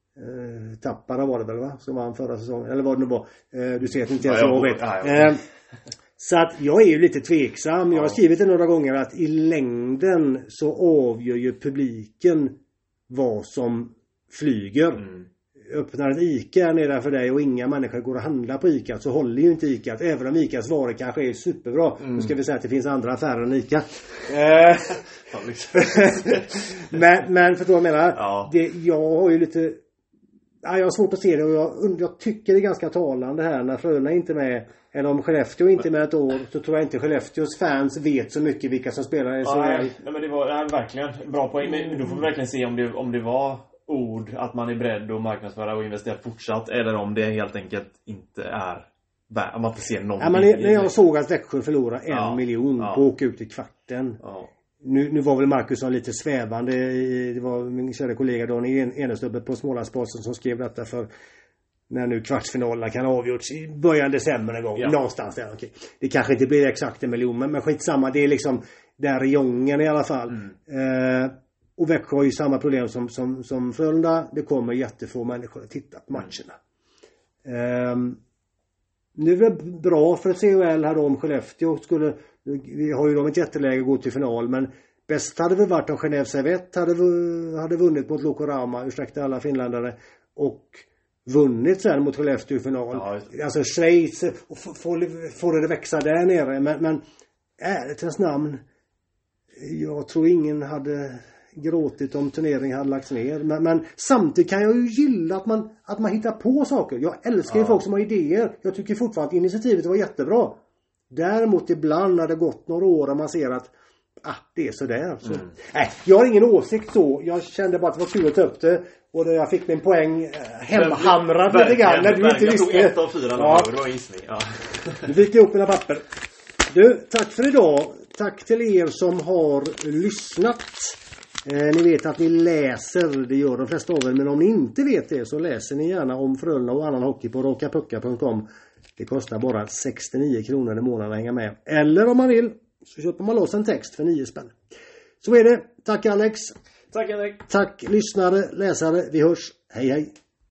Tappara var det väl va? Som vann förra säsongen, eller vad det nu var. Eh, du ser att inte jag så ja, vet. Ja, ja. Eh, så att jag är ju lite tveksam. Jag har skrivit det några gånger att i längden så avgör ju publiken vad som flyger. Mm. Öppnar ett ICA nedanför dig och inga människor går att handla på ICA, så håller ju inte ICA. Även om ICAs varor kanske är superbra. Mm. Nu ska vi säga att det finns andra affärer än ICA. men, men för att jag menar ja. det, jag har ju lite ja, jag har svårt att se det, och jag, jag tycker det är ganska talande här när Frölunda är inte med, eller om Skellefteå inte är med ett år, så tror jag inte Skellefteås fans vet så mycket vilka som spelar i S H L. Nej, nej men det var ja, verkligen bra poäng. Men då får vi verkligen se om det, om det var ord att man är beredd att marknadsföra och investera fortsatt, eller om det helt enkelt inte är, om man inte ser någonting. Ja, men när jag såg att Växjö förlorade en ja. miljon ja. på att åka ut i kvarten. Ja. Nu, nu var väl Markusson lite svävande. Det var min kära kollega Dan Enestubbe på Smålandsposten som skrev detta, för när nu kvartsfinalerna kan avgjorts i början december en gång. Ja. Någonstans där. Okej. Det kanske inte blir exakt en miljon, men, men skitsamma. Det är liksom den regionen i alla fall. Mm. Eh, och Växjö har ju samma problem som, som, som Frölunda. Det kommer jättefå människor att titta på matcherna. Eh, nu är det bra för C H L här då om Skellefteå skulle... Vi har ju då ett jätteläge att gå till final, men bäst hade väl varit om Genève Servette hade, hade vunnit mot Lukko Rauma, ursäkta alla finländare, och vunnit sen mot Skellefteå i final. Ja. Alltså Schweiz, och får det växa där nere, men, men ärligtens namn, jag tror ingen hade gråtit om turneringen hade lagts ner, men, men samtidigt kan jag ju gilla att man, att man hittar på saker. Jag älskar ju ja. folk som har idéer. Jag tycker fortfarande att initiativet var jättebra. Däremot ibland när det gått några år och man ser att ah, det är sådär. Så. Mm. Nej, jag har ingen åsikt så. Jag kände bara att det var kul att ta upp det. Och då jag fick min poäng hemhamrad lite grann. När du inte visste. Jag tog ett av fyra. Ja. Det var gissning. Ja. Du fick upp mina papper. Du, tack för idag. Tack till er som har lyssnat. Eh, ni vet att ni läser, det gör de flesta av er. Men om ni inte vet det så läser ni gärna om Frölunda och annan hockey på rakapuckar punkt com. Det kostar bara sextionio kronor i månaden att hänga med. Eller om man vill så köper man loss en text för nio spänn. Så är det. Tack Alex. Tack Henrik. Tack lyssnare, läsare. Vi hörs. Hej hej.